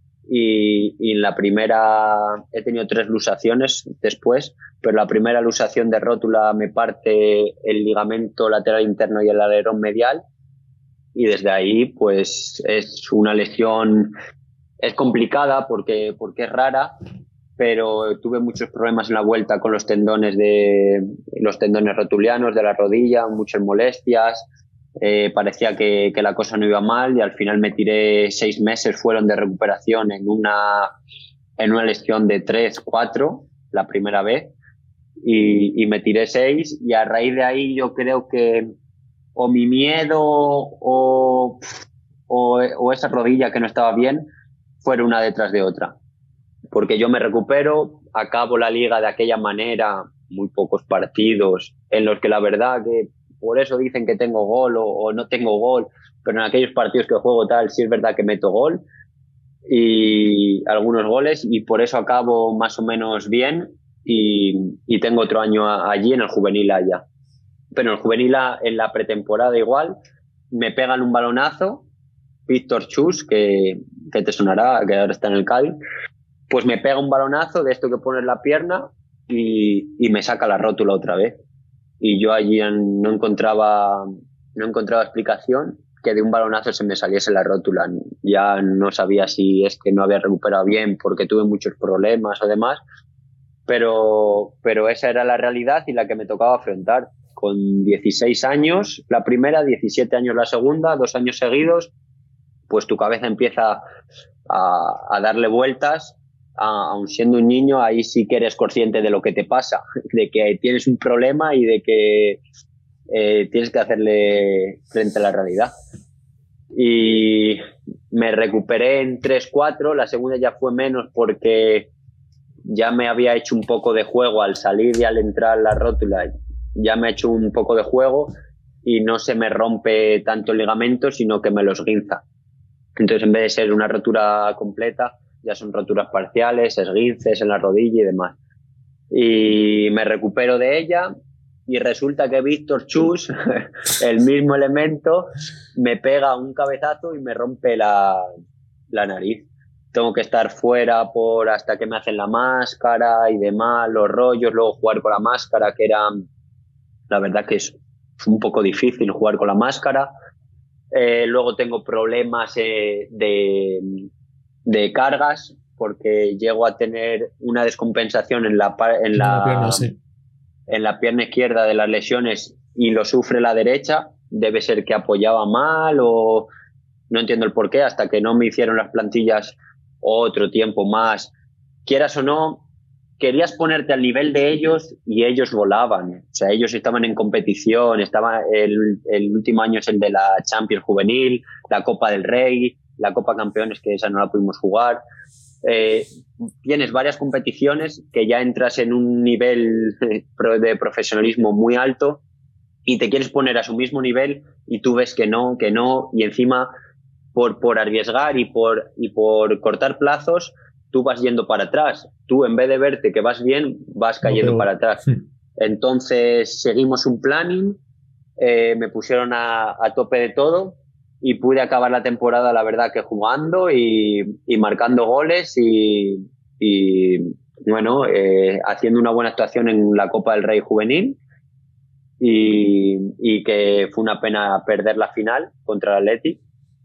y en la primera he tenido 3 luxaciones después, pero la primera luxación de rótula me parte el ligamento lateral interno y el alerón medial y desde ahí pues es una lesión, es complicada porque es rara, pero tuve muchos problemas en la vuelta con los tendones rotulianos de la rodilla, muchas molestias. Parecía que la cosa no iba mal y al final me tiré 6 meses fueron de recuperación en una lesión de 3-4 la primera vez y me tiré 6 y a raíz de ahí yo creo que o mi miedo o esa rodilla que no estaba bien fueron una detrás de otra, porque yo me recupero, acabo la liga de aquella manera, muy pocos partidos en los que la verdad que por eso dicen que tengo gol o no tengo gol, pero en aquellos partidos que juego tal, sí es verdad que meto gol y algunos goles y por eso acabo más o menos bien y tengo otro año allí en el juvenil allá. Pero en el juvenil en la pretemporada igual me pegan un balonazo, Víctor Chus, que te sonará, que ahora está en el Cádiz, pues me pega un balonazo de esto que pone en la pierna y me saca la rótula otra vez. Y yo allí no encontraba explicación que de un balonazo se me saliese la rótula. Ya no sabía si es que no había recuperado bien porque tuve muchos problemas o demás, pero esa era la realidad y la que me tocaba afrontar. Con 16 años la primera, 17 años la segunda, 2 años seguidos, pues tu cabeza empieza a darle vueltas. Aun siendo un niño, ahí sí que eres consciente de lo que te pasa, de que tienes un problema y de que tienes que hacerle frente a la realidad. Y me recuperé en 3-4, la segunda ya fue menos porque ya me había hecho un poco de juego al salir y al entrar la rótula, ya me ha hecho un poco de juego y no se me rompe tanto el ligamento, sino que me los guinza. Entonces, en vez de ser una rotura completa, ya son roturas parciales, esguinces en la rodilla y demás. Y me recupero de ella y resulta que Víctor Chus, el mismo elemento, me pega un cabezazo y me rompe la nariz. Tengo que estar fuera hasta que me hacen la máscara y demás, los rollos, luego jugar con la máscara, que era, la verdad que es un poco difícil jugar con la máscara. Luego tengo problemas de cargas porque llego a tener una descompensación en la pierna, sí. En la pierna izquierda de las lesiones y lo sufre la derecha. Debe ser que apoyaba mal o no entiendo el porqué, hasta que no me hicieron las plantillas otro tiempo más. Quieras o no, querías ponerte al nivel de ellos y ellos volaban. O sea, ellos estaban en competición, el último año es el de la Champions Juvenil, la Copa del Rey, la Copa Campeones, que esa no la pudimos jugar. Tienes varias competiciones que ya entras en un nivel de profesionalismo muy alto y te quieres poner a su mismo nivel y tú ves que no, y encima por arriesgar y por cortar plazos, tú vas yendo para atrás. Tú, en vez de verte que vas bien, vas cayendo para atrás. Entonces seguimos un planning, me pusieron a tope de todo y pude acabar la temporada, la verdad, que jugando y marcando goles y bueno, haciendo una buena actuación en la Copa del Rey Juvenil y que fue una pena perder la final contra el Athletic,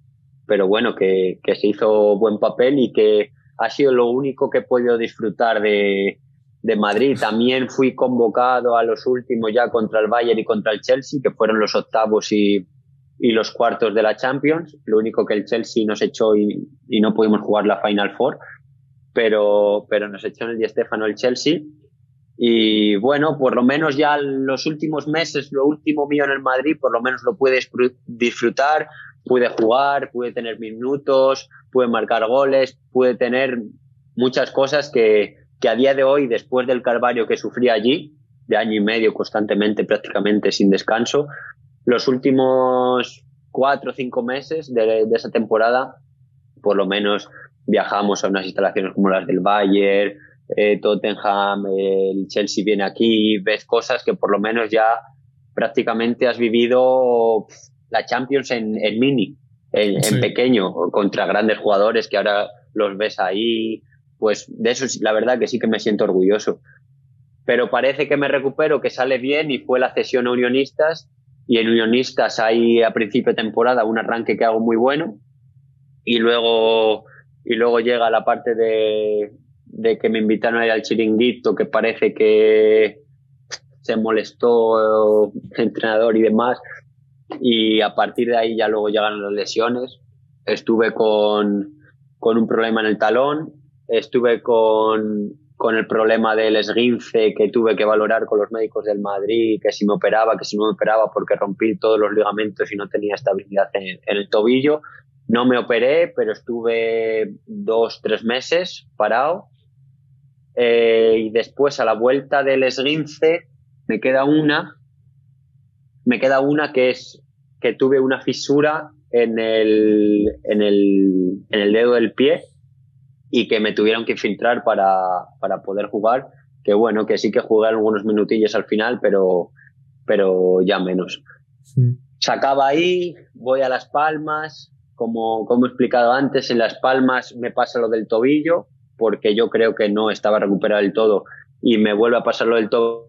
pero bueno, que se hizo buen papel y que ha sido lo único que he podido disfrutar de Madrid. También fui convocado a los últimos ya contra el Bayern y contra el Chelsea, que fueron los octavos y los cuartos de la Champions. Lo único que el Chelsea nos echó y no pudimos jugar la Final Four, pero nos echó en el Di Stéfano el Chelsea. Y bueno, por lo menos ya los últimos meses, lo último mío en el Madrid, por lo menos lo pude disfrutar. Pude jugar, pude tener minutos, pude marcar goles, pude tener muchas cosas que a día de hoy, después del calvario que sufrí allí, de año y medio constantemente, prácticamente sin descanso, los últimos 4 o 5 meses de esa temporada, por lo menos viajamos a unas instalaciones como las del Bayern, Tottenham, el Chelsea viene aquí, ves cosas que por lo menos ya prácticamente has vivido la Champions en mini, en pequeño, contra grandes jugadores que ahora los ves ahí. Pues de eso la verdad que sí que me siento orgulloso. Pero parece que me recupero, que sale bien, y fue la cesión a Unionistas, y en Unionistas hay a principio de temporada un arranque que hago muy bueno, y luego llega la parte de que me invitaron a ir al Chiringuito, que parece que se molestó el entrenador y demás, y a partir de ahí ya luego llegan las lesiones. Estuve con un problema en el talón, estuve con el problema del esguince, que tuve que valorar con los médicos del Madrid, que si me operaba, que si no me operaba, porque rompí todos los ligamentos y no tenía estabilidad en el tobillo. No me operé, pero estuve 2-3 meses parado. Y después, a la vuelta del esguince, me queda una que es que tuve una fisura en el dedo del pie y que me tuvieron que infiltrar para poder jugar. Que bueno, que sí que jugué algunos minutillos al final, pero ya menos. Sí. Se acaba ahí, voy a Las Palmas. Como he explicado antes, en Las Palmas me pasa lo del tobillo, porque yo creo que no estaba recuperado del todo, y me vuelve a pasar lo del tobillo.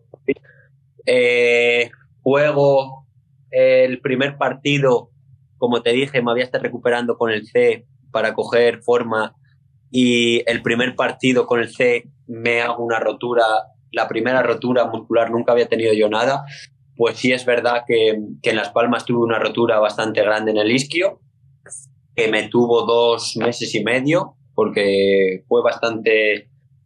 Juego el primer partido, como te dije, me había estado recuperando con el C para coger forma, y el primer partido con el C me hago una rotura, la primera rotura muscular, nunca había tenido yo nada. Pues sí es verdad que en Las Palmas tuve una rotura bastante grande en el isquio, que me tuvo 2 meses y medio, porque fue bastante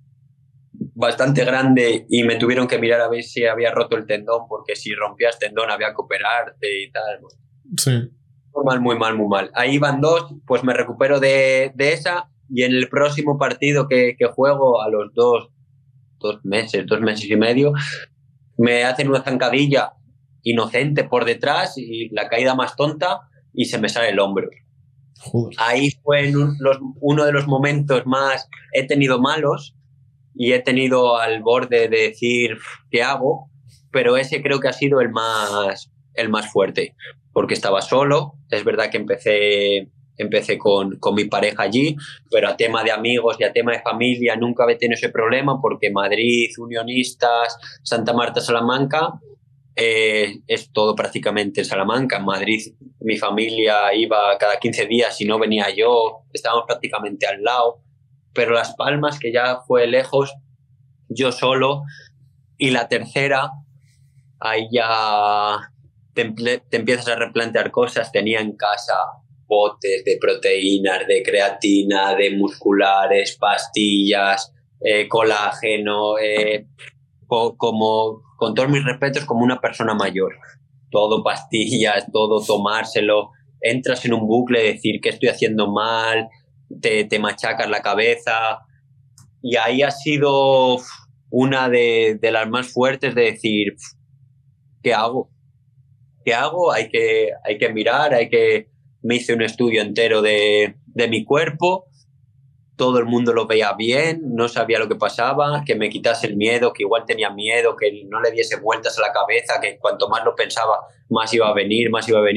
grande, y me tuvieron que mirar a ver si había roto el tendón, porque si rompías tendón había que operarte y tal. Sí. Muy mal. Ahí van 2, pues me recupero de esa, y en el próximo partido que juego, a los 2 meses y medio, me hacen una zancadilla inocente por detrás y la caída más tonta, y se me sale el hombro. Joder. Ahí fue uno de los momentos más he tenido malos, y he tenido al borde de decir ¿qué hago? Pero ese creo que ha sido el más fuerte, porque estaba solo. Es verdad que empecé con mi pareja allí, pero a tema de amigos y a tema de familia nunca había tenido ese problema, porque Madrid, Unionistas, Santa Marta, Salamanca, es todo prácticamente en Salamanca. En Madrid mi familia iba cada 15 días, y no venía yo, estábamos prácticamente al lado. Pero Las Palmas, que ya fue lejos, yo solo. Y la tercera, ahí ya te empiezas a replantear cosas. Tenía en casa botes de proteínas, de creatina, de musculares, pastillas, colágeno, como, con todos mis respetos, como una persona mayor. Todo pastillas, todo tomárselo. Entras en un bucle de decir ¿qué estoy haciendo mal? Te machacas la cabeza, y ahí ha sido una de las más fuertes, de decir ¿qué hago? Hay que mirar, me hice un estudio entero de mi cuerpo. Todo el mundo lo veía bien, no sabía lo que pasaba, que me quitase el miedo, que igual tenía miedo, que no le diese vueltas a la cabeza, que cuanto más lo pensaba más iba a venir.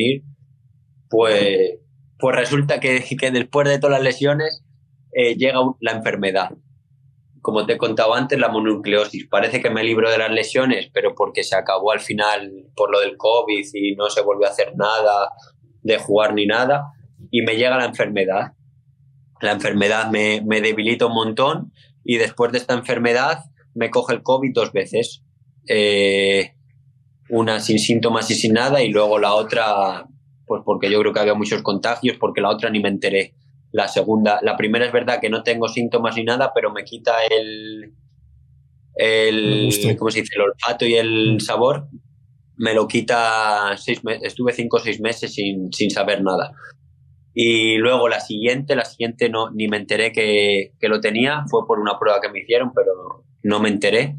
Pues resulta que después de todas las lesiones llega la enfermedad. Como te he contado antes, la mononucleosis. Parece que me libro de las lesiones, pero porque se acabó al final por lo del COVID y no se volvió a hacer nada de jugar ni nada. y me llega la enfermedad. La enfermedad me debilita un montón y después de esta enfermedad me coge el COVID 2 veces. Una sin síntomas y sin nada, y luego la otra, pues porque yo creo que había muchos contagios, porque la otra ni me enteré. La primera es verdad que no tengo síntomas ni nada, pero me quita ¿cómo se dice? El olfato y el sabor. Me lo quita estuve 5 o 6 meses sin saber nada. Y luego la siguiente no, ni me enteré que lo tenía, fue por una prueba que me hicieron, pero no me enteré.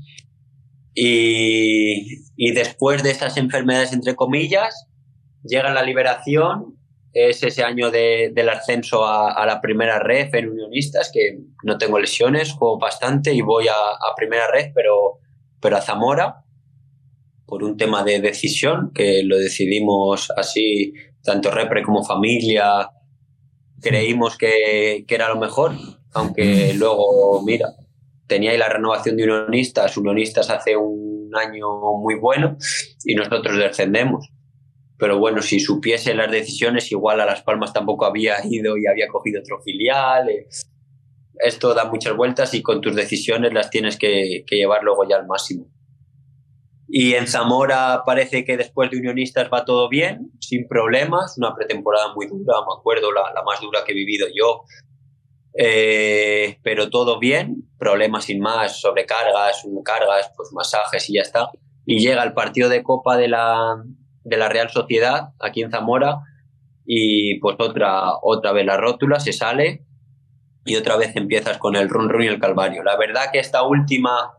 Y después de estas enfermedades, entre comillas, llega la liberación, es ese año del ascenso a la primera red en Unionistas, que no tengo lesiones, juego bastante y voy a primera red, pero a Zamora, por un tema de decisión, que lo decidimos así, tanto repre como familia, creímos que era lo mejor, aunque luego, mira, tenía ahí la renovación de Unionistas hace un año muy bueno y nosotros descendemos. Pero bueno, si supiese las decisiones, igual a Las Palmas tampoco había ido y había cogido otro filial. Esto da muchas vueltas y con tus decisiones las tienes que llevar luego ya al máximo. Y en Zamora parece que después de Unionistas va todo bien, sin problemas, una pretemporada muy dura, me acuerdo, la más dura que he vivido yo. Pero todo bien, problemas sin más, sobrecargas, cargas, pues masajes y ya está. Y llega el partido de Copa de la Real Sociedad aquí en Zamora y pues otra vez la rótula se sale y otra vez empiezas con el run run y el calvario. La verdad que esta última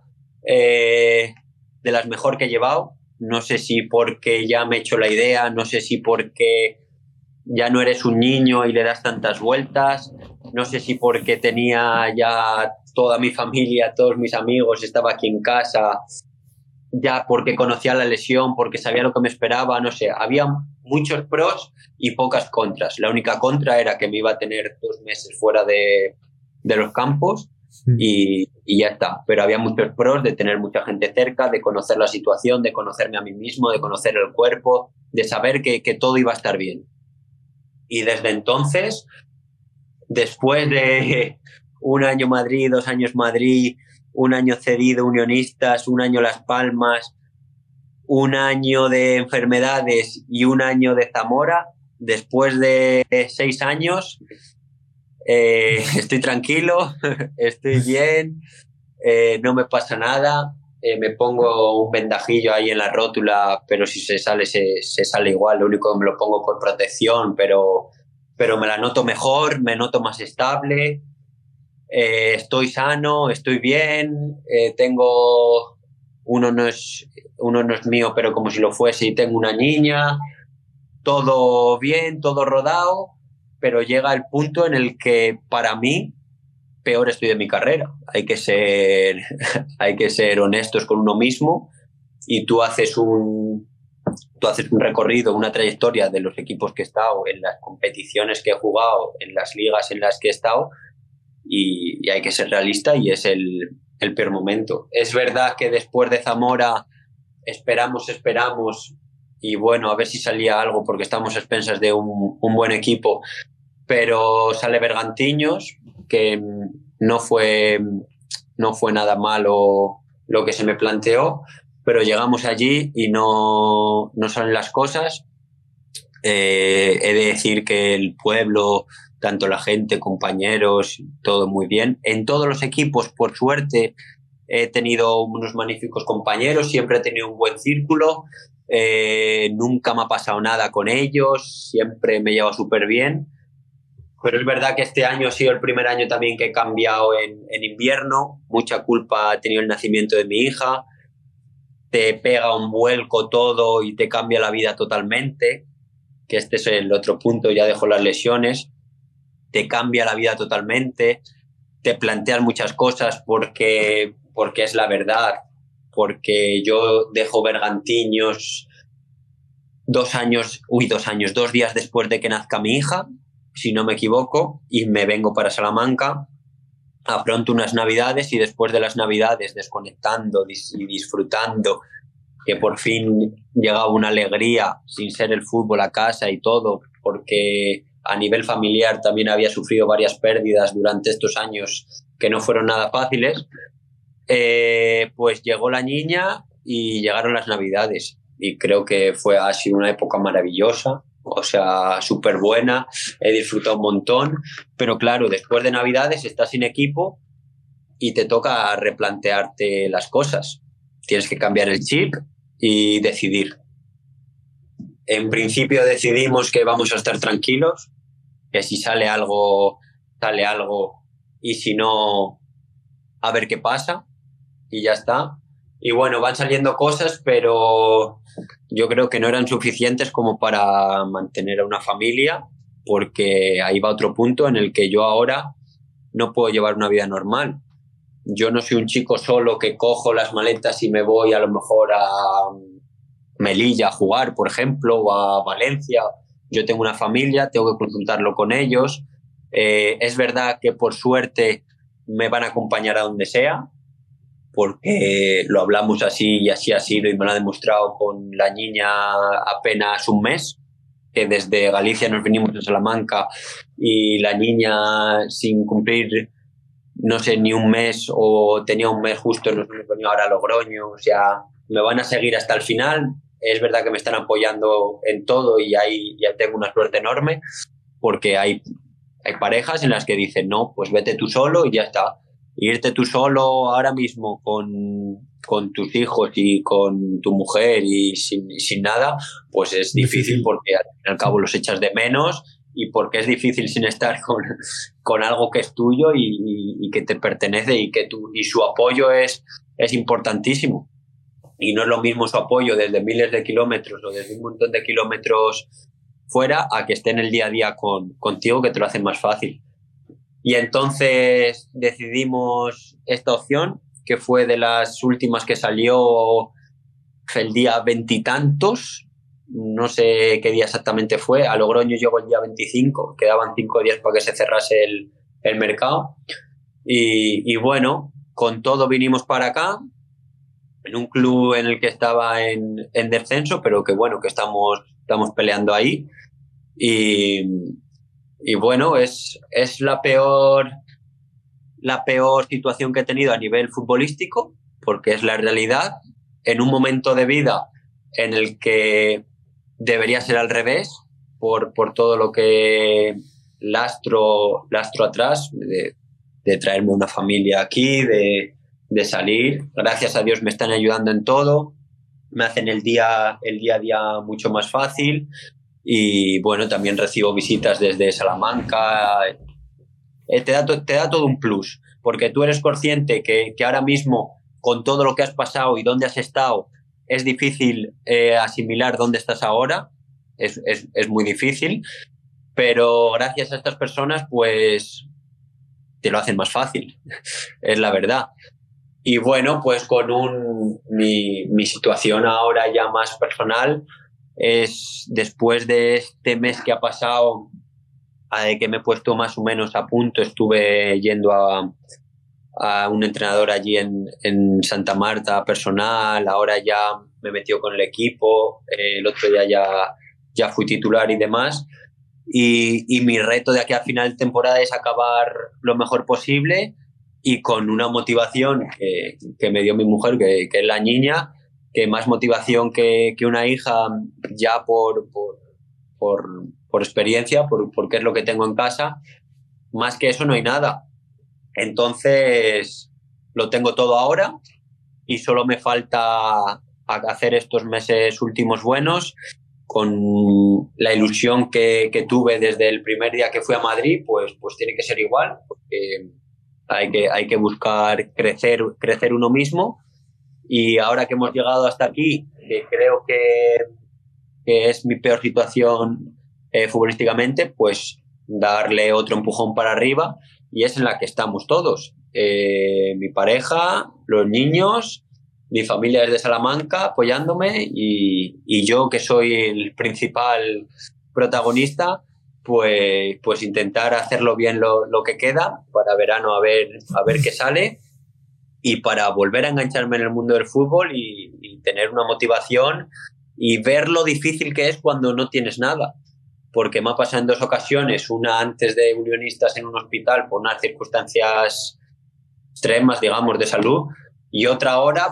de las mejor que he llevado, no sé si porque ya me he hecho la idea, no sé si porque ya no eres un niño y le das tantas vueltas, no sé si porque tenía ya toda mi familia, todos mis amigos, estaba aquí en casa, ya porque conocía la lesión, porque sabía lo que me esperaba, no sé, había muchos pros y pocas contras. La única contra era que me iba a tener 2 meses fuera de los campos y ya está, pero había muchos pros de tener mucha gente cerca, de conocer la situación, de conocerme a mí mismo, de conocer el cuerpo, de saber que todo iba a estar bien. Y desde entonces, después de un año Madrid, 2 años Madrid, un año cedido Unionistas, un año Las Palmas, un año de enfermedades y un año de Zamora, después de 6 años, estoy tranquilo, estoy bien, no me pasa nada, me pongo un vendajillo ahí en la rótula, pero si se sale, se sale igual, lo único que me lo pongo por protección, pero me la noto mejor, me noto más estable, estoy sano, estoy bien, tengo... Uno no es mío, pero como si lo fuese, y tengo una niña, todo bien, todo rodado, pero llega el punto en el que para mí peor estoy de mi carrera. Hay que ser honestos con uno mismo y tú haces un recorrido, una trayectoria de los equipos que he estado, en las competiciones que he jugado, en las ligas en las que he estado y hay que ser realista y es el peor momento. Es verdad que después de Zamora esperamos y bueno, a ver si salía algo porque estamos a expensas de un buen equipo, pero sale Bergantiños, que no fue nada malo lo que se me planteó, pero llegamos allí y no salen las cosas. He de decir que el pueblo, tanto la gente, compañeros, todo muy bien. En todos los equipos, por suerte, he tenido unos magníficos compañeros, siempre he tenido un buen círculo, nunca me ha pasado nada con ellos, siempre me he llevado súper bien. Pero es verdad que este año ha sido el primer año también que he cambiado en invierno, mucha culpa ha tenido el nacimiento de mi hija, te pega un vuelco todo y te cambia la vida totalmente, que este es el otro punto, ya dejo las lesiones, te cambia la vida totalmente, te planteas muchas cosas porque es la verdad, porque yo dejo Bergantiños 2 días después de que nazca mi hija, si no me equivoco, y me vengo para Salamanca, afronto unas navidades y después de las navidades desconectando y disfrutando, que por fin llegaba una alegría sin ser el fútbol a casa y todo, porque a nivel familiar también había sufrido varias pérdidas durante estos años que no fueron nada fáciles, pues llegó la niña y llegaron las Navidades. Y creo que ha sido una época maravillosa, o sea, súper buena, he disfrutado un montón, pero claro, después de Navidades estás sin equipo y te toca replantearte las cosas. Tienes que cambiar el chip y decidir. En principio decidimos que vamos a estar tranquilos, que si sale algo, y si no, a ver qué pasa, y ya está. Y bueno, van saliendo cosas, pero yo creo que no eran suficientes como para mantener a una familia, porque ahí va otro punto en el que yo ahora no puedo llevar una vida normal. Yo no soy un chico solo que cojo las maletas y me voy a lo mejor a Melilla a jugar, por ejemplo, o a Valencia. Yo tengo una familia, tengo que consultarlo con ellos. Es verdad que por suerte me van a acompañar a donde sea, porque lo hablamos así y así ha sido, y me lo ha demostrado con la niña apenas un mes, que desde Galicia nos vinimos a Salamanca y la niña sin cumplir, no sé, ni un mes o tenía un mes justo, nos hemos venido ahora a Logroño, o sea, me van a seguir hasta el final. Es verdad que me están apoyando en todo y ahí ya tengo una suerte enorme, porque hay parejas en las que dicen, no, pues vete tú solo y ya está. Irte tú solo ahora mismo con tus hijos y con tu mujer y sin nada, pues es difícil, porque al fin y al cabo los echas de menos, y porque es difícil sin estar con algo que es tuyo y que te pertenece, y su apoyo es importantísimo. Y no es lo mismo su apoyo desde miles de kilómetros o desde un montón de kilómetros fuera a que esté en el día a día contigo, que te lo hace más fácil. Y entonces decidimos esta opción, que fue de las últimas que salió el día veintitantos, no sé qué día exactamente fue. A Logroño llegó el día 25, quedaban 5 días para que se cerrase el mercado. Y bueno, con todo vinimos para acá, en un club en el que estaba en descenso, pero que bueno, que estamos peleando ahí. Y bueno, es la peor situación que he tenido a nivel futbolístico, porque es la realidad, en un momento de vida en el que debería ser al revés, por todo lo que lastro atrás, de traerme una familia aquí, de salir. Gracias a Dios me están ayudando en todo, me hacen el día a día mucho más fácil. Y bueno, también recibo visitas desde Salamanca. Te da todo un plus, porque tú eres consciente que ahora mismo, con todo lo que has pasado y dónde has estado, es difícil asimilar dónde estás ahora, es muy difícil, pero gracias a estas personas pues te lo hacen más fácil, es la verdad. Y bueno, pues mi situación ahora ya más personal es, después de este mes que ha pasado, que me he puesto más o menos a punto, estuve yendo a un entrenador allí en Santa Marta personal, ahora ya me metió con el equipo, el otro día ya fui titular y demás, y mi reto de aquí a final de temporada es acabar lo mejor posible, y con una motivación que me dio mi mujer, que es la niña, que más motivación que una hija, ya por experiencia, porque es lo que tengo en casa. Más que eso no hay nada. Entonces lo tengo todo ahora y solo me falta hacer estos meses últimos buenos, con la ilusión que tuve desde el primer día que fui a Madrid, pues tiene que ser igual, porque hay que buscar crecer uno mismo. Y ahora que hemos llegado hasta aquí, que creo que es mi peor situación futbolísticamente, pues darle otro empujón para arriba, y es en la que estamos todos. Mi pareja, los niños, mi familia desde Salamanca apoyándome, y yo, que soy el principal protagonista, pues intentar hacerlo bien lo que queda para verano, a ver qué sale, y para volver a engancharme en el mundo del fútbol y tener una motivación y ver lo difícil que es cuando no tienes nada. porque me ha pasado en 2 ocasiones, una antes de Unionistas en un hospital por unas circunstancias extremas, digamos, de salud, y otra ahora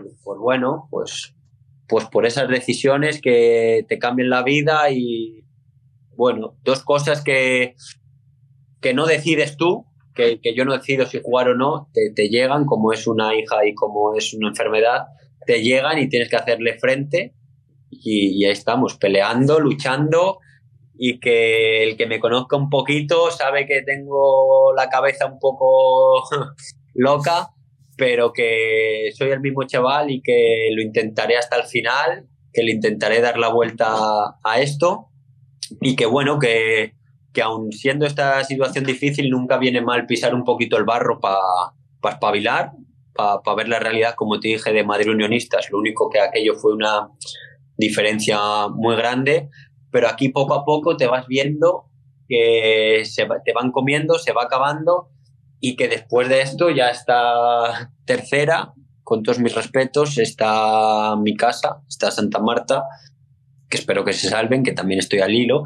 pues por esas decisiones que te cambian la vida y, bueno, 2 cosas que no decides tú, que yo no decido si jugar o no, te llegan, como es una hija y como es una enfermedad, te llegan y tienes que hacerle frente y ahí estamos, peleando, luchando, y que el que me conozca un poquito sabe que tengo la cabeza un poco loca, pero que soy el mismo chaval y que lo intentaré hasta el final, que le intentaré dar la vuelta a esto y que bueno, que aun siendo esta situación difícil nunca viene mal pisar un poquito el barro para espabilar, para ver la realidad, como te dije, de Madrid Unionistas. Lo único que aquello fue una diferencia muy grande, pero aquí poco a poco te vas viendo que te van comiendo, se va acabando y que después de esto ya está tercera, con todos mis respetos, está mi casa, está Santa Marta, que espero que se salven, que también estoy al hilo,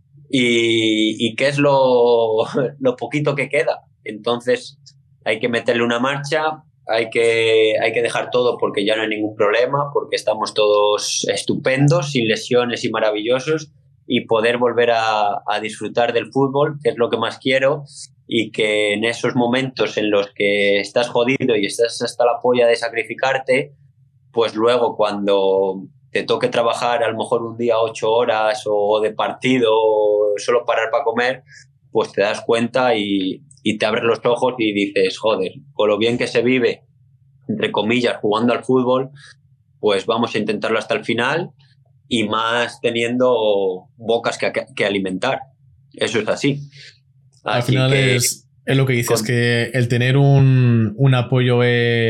y que es lo poquito que queda. Entonces hay que meterle una marcha, hay que dejar todo porque ya no hay ningún problema, porque estamos todos estupendos, sin lesiones y maravillosos, y poder volver a disfrutar del fútbol, que es lo que más quiero, y que en esos momentos en los que estás jodido y estás hasta la polla de sacrificarte, pues luego cuando te toque trabajar a lo mejor un día 8 horas o de partido o solo parar para comer, pues te das cuenta y te abres los ojos y dices, joder, con lo bien que se vive, entre comillas, jugando al fútbol, pues vamos a intentarlo hasta el final y más teniendo bocas que alimentar. Eso es así. Al final es lo que dices, que el tener un apoyo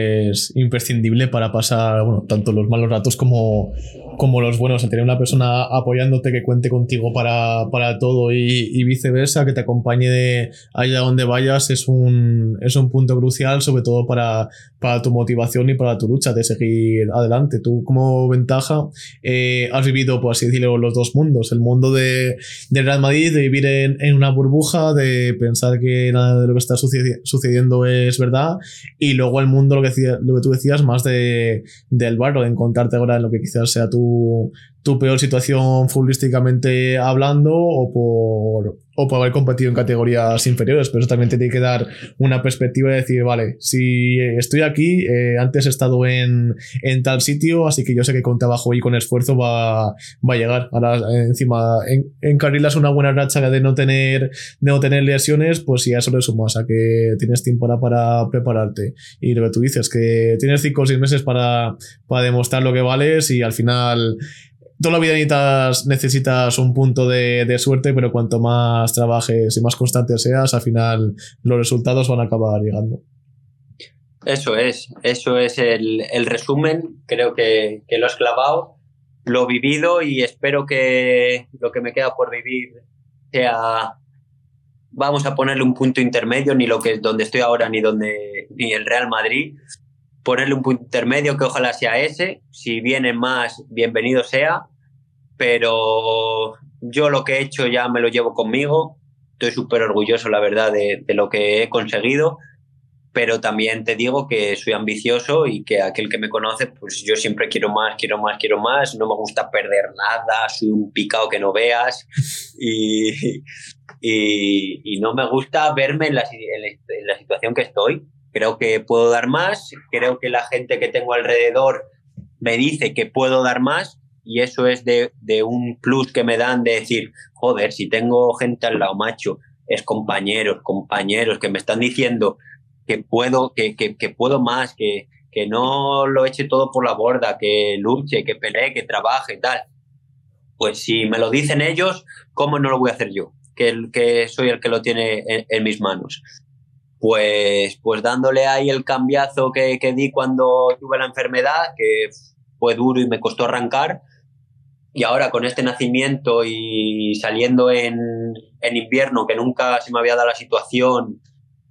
es imprescindible para pasar, bueno, tanto los malos ratos como los buenos. El tener una persona apoyándote que cuente contigo para todo y viceversa, que te acompañe de allá donde vayas, es un punto crucial, sobre todo para tu motivación y para tu lucha de seguir adelante. Tú, como ventaja, has vivido, por así decirlo, los 2 mundos. El mundo del Real Madrid, de vivir en una burbuja, de pensar que nada de lo que está sucediendo es verdad, y luego el mundo, lo que tú decías, más del barro, de encontrarte ahora en lo que quizás sea tu peor situación futbolísticamente hablando, o por haber competido en categorías inferiores. Pero eso también te tiene que dar una perspectiva de decir, vale, si estoy aquí, antes he estado en tal sitio, así que yo sé que con trabajo y con esfuerzo va a llegar. Ahora encima encarrilas una buena racha de no tener lesiones, pues si a eso le sumas a que tienes tiempo ahora para prepararte, y lo que tú dices, que tienes 5 o 6 meses para demostrar lo que vales, y al final toda la vida necesitas un punto de suerte, pero cuanto más trabajes y más constante seas, al final los resultados van a acabar llegando. Eso es el resumen. Creo que lo has clavado, lo vivido, y espero que lo que me queda por vivir sea, vamos a ponerle un punto intermedio, ni donde estoy ahora ni el Real Madrid, ponerle un punto intermedio que ojalá sea ese. Si viene más, bienvenido sea, pero yo lo que he hecho ya me lo llevo conmigo. Estoy súper orgulloso, la verdad, de lo que he conseguido, pero también te digo que soy ambicioso y que aquel que me conoce, pues yo siempre quiero más, no me gusta perder nada, soy un picado que no veas, y no me gusta verme en la situación que estoy. Creo que puedo dar más, creo que la gente que tengo alrededor me dice que puedo dar más, y eso es de un plus que me dan, de decir, joder, si tengo gente al lado, macho, es compañeros que me están diciendo que puedo más, que no lo eche todo por la borda, que luche, que pelee, que trabaje y tal. Pues si me lo dicen ellos, ¿cómo no lo voy a hacer yo? Que soy el que lo tiene en mis manos. Pues dándole ahí el cambiazo que di cuando tuve la enfermedad, que fue duro y me costó arrancar, y ahora con este nacimiento y saliendo en invierno, que nunca se me había dado la situación,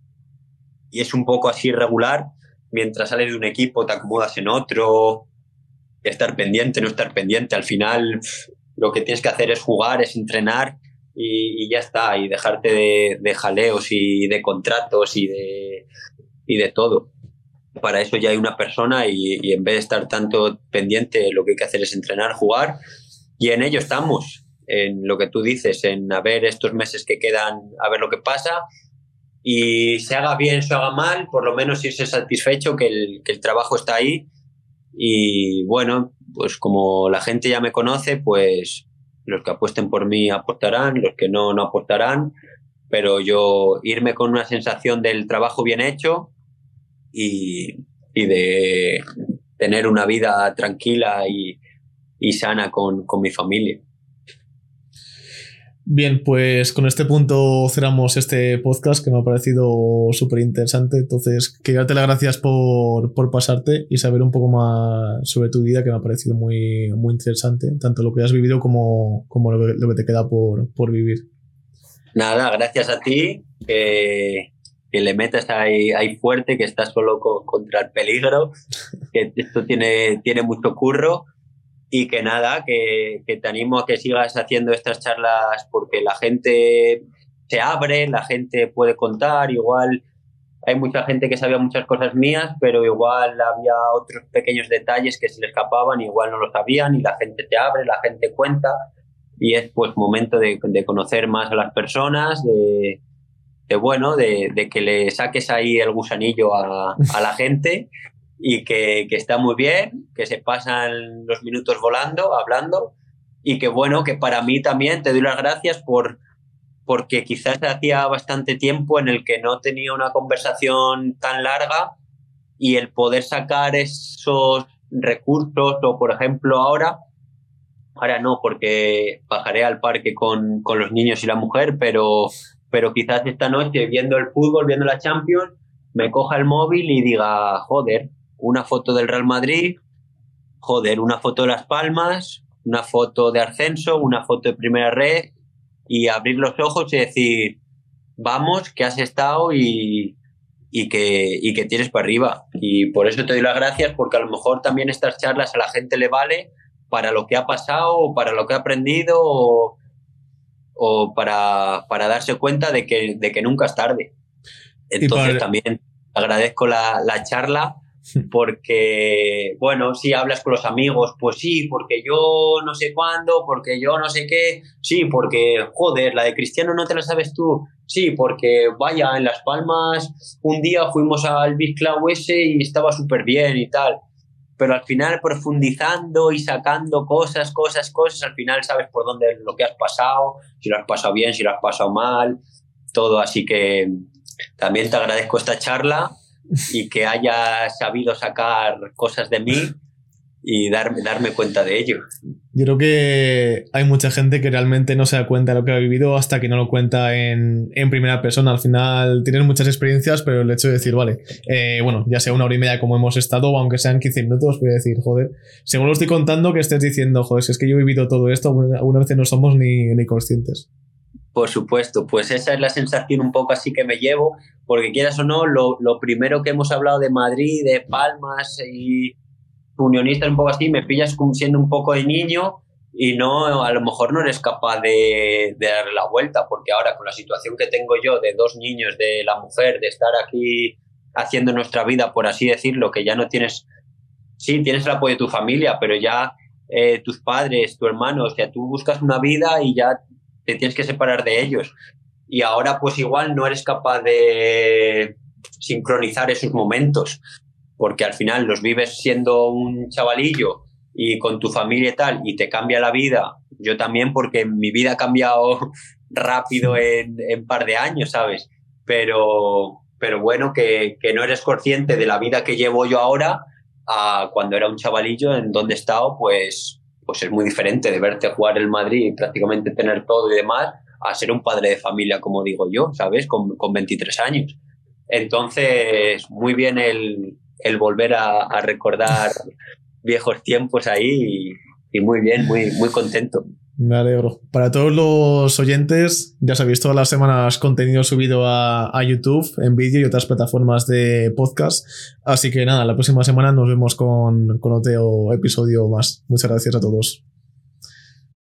y es un poco así irregular, mientras sales de un equipo te acomodas en otro, estar pendiente, no estar pendiente, al final lo que tienes que hacer es jugar, es entrenar, y ya está, y dejarte de jaleos y de contratos y de todo. Para eso ya hay una persona y en vez de estar tanto pendiente, lo que hay que hacer es entrenar, jugar, y en ello estamos, en lo que tú dices, en a ver estos meses que quedan, a ver lo que pasa, y se haga bien, se haga mal, por lo menos irse satisfecho que el trabajo está ahí. Y bueno, pues como la gente ya me conoce, pues los que apuesten por mí apostarán, los que no, no apostarán, pero yo irme con una sensación del trabajo bien hecho y de tener una vida tranquila y sana con mi familia. Bien, pues con este punto cerramos este podcast que me ha parecido súper interesante. Entonces, quería darte las gracias por pasarte y saber un poco más sobre tu vida, que me ha parecido muy, muy interesante, tanto lo que has vivido como lo que te queda por vivir. Nada, gracias a ti, que le metas ahí fuerte, que estás solo contra el peligro, que esto tiene mucho curro. Y que nada, que te animo a que sigas haciendo estas charlas porque la gente se abre, la gente puede contar, igual hay mucha gente que sabía muchas cosas mías, pero igual había otros pequeños detalles que se le escapaban, igual no lo sabían y la gente te abre, la gente cuenta y es pues momento de conocer más a las personas, de que le saques ahí el gusanillo a la gente. Y que está muy bien, que se pasan los minutos volando, hablando, y que bueno, que para mí también te doy las gracias porque quizás hacía bastante tiempo en el que no tenía una conversación tan larga y el poder sacar esos recursos, o por ejemplo ahora no, porque bajaré al parque con los niños y la mujer, pero quizás esta noche viendo el fútbol, viendo la Champions, me coja el móvil y diga, joder, una foto del Real Madrid, una foto de Las Palmas, una foto de ascenso, una foto de primera red y abrir los ojos y decir, vamos, que has estado y que tienes para arriba. Y por eso te doy las gracias, porque a lo mejor también estas charlas a la gente le vale para lo que ha pasado o para lo que ha aprendido o para darse cuenta de que nunca es tarde. Entonces también agradezco la charla porque, bueno, si hablas con los amigos, pues sí, porque yo no sé cuándo, porque yo no sé qué, sí, porque, joder, la de Cristiano no te la sabes tú, sí, porque, vaya, en Las Palmas un día fuimos al Big Cloud ese y estaba súper bien y tal, pero al final profundizando y sacando cosas, al final sabes por dónde lo que has pasado, si lo has pasado bien, si lo has pasado mal, todo, así que también te agradezco esta charla y que haya sabido sacar cosas de mí y darme cuenta de ello. Yo creo que hay mucha gente que realmente no se da cuenta de lo que ha vivido hasta que no lo cuenta en primera persona. Al final tienes muchas experiencias, pero el hecho de decir, vale, bueno, ya sea 1 hora y media como hemos estado, o aunque sean 15 minutos, voy a decir, joder, según lo estoy contando, que estés diciendo, joder, si es que yo he vivido todo esto, algunas veces no somos ni conscientes. Por supuesto, pues esa es la sensación un poco así que me llevo, porque quieras o no, lo primero que hemos hablado de Madrid, de Palmas y unionistas un poco así, me pillas siendo un poco de niño y no, a lo mejor no eres capaz de darle la vuelta, porque ahora con la situación que tengo yo de 2 niños, de la mujer, de estar aquí haciendo nuestra vida, por así decirlo, que ya no tienes, sí, tienes el apoyo de tu familia, pero ya tus padres, tu hermano, o sea, tú buscas una vida y ya te tienes que separar de ellos. Y ahora pues igual no eres capaz de sincronizar esos momentos, porque al final los vives siendo un chavalillo y con tu familia y tal, y te cambia la vida. Yo también, porque mi vida ha cambiado rápido en par de años, ¿sabes? Pero bueno, que no eres consciente de la vida que llevo yo ahora a cuando era un chavalillo, en donde he estado, pues es muy diferente de verte jugar el Madrid y prácticamente tener todo y demás, a ser un padre de familia, como digo yo, ¿sabes? Con 23 años. Entonces, muy bien el volver a recordar viejos tiempos ahí y muy bien, muy, muy contento. Me alegro. Para todos los oyentes, ya sabéis, todas las semanas contenido subido a YouTube en vídeo y otras plataformas de podcast. Así que nada, la próxima semana nos vemos con otro episodio más. Muchas gracias a todos.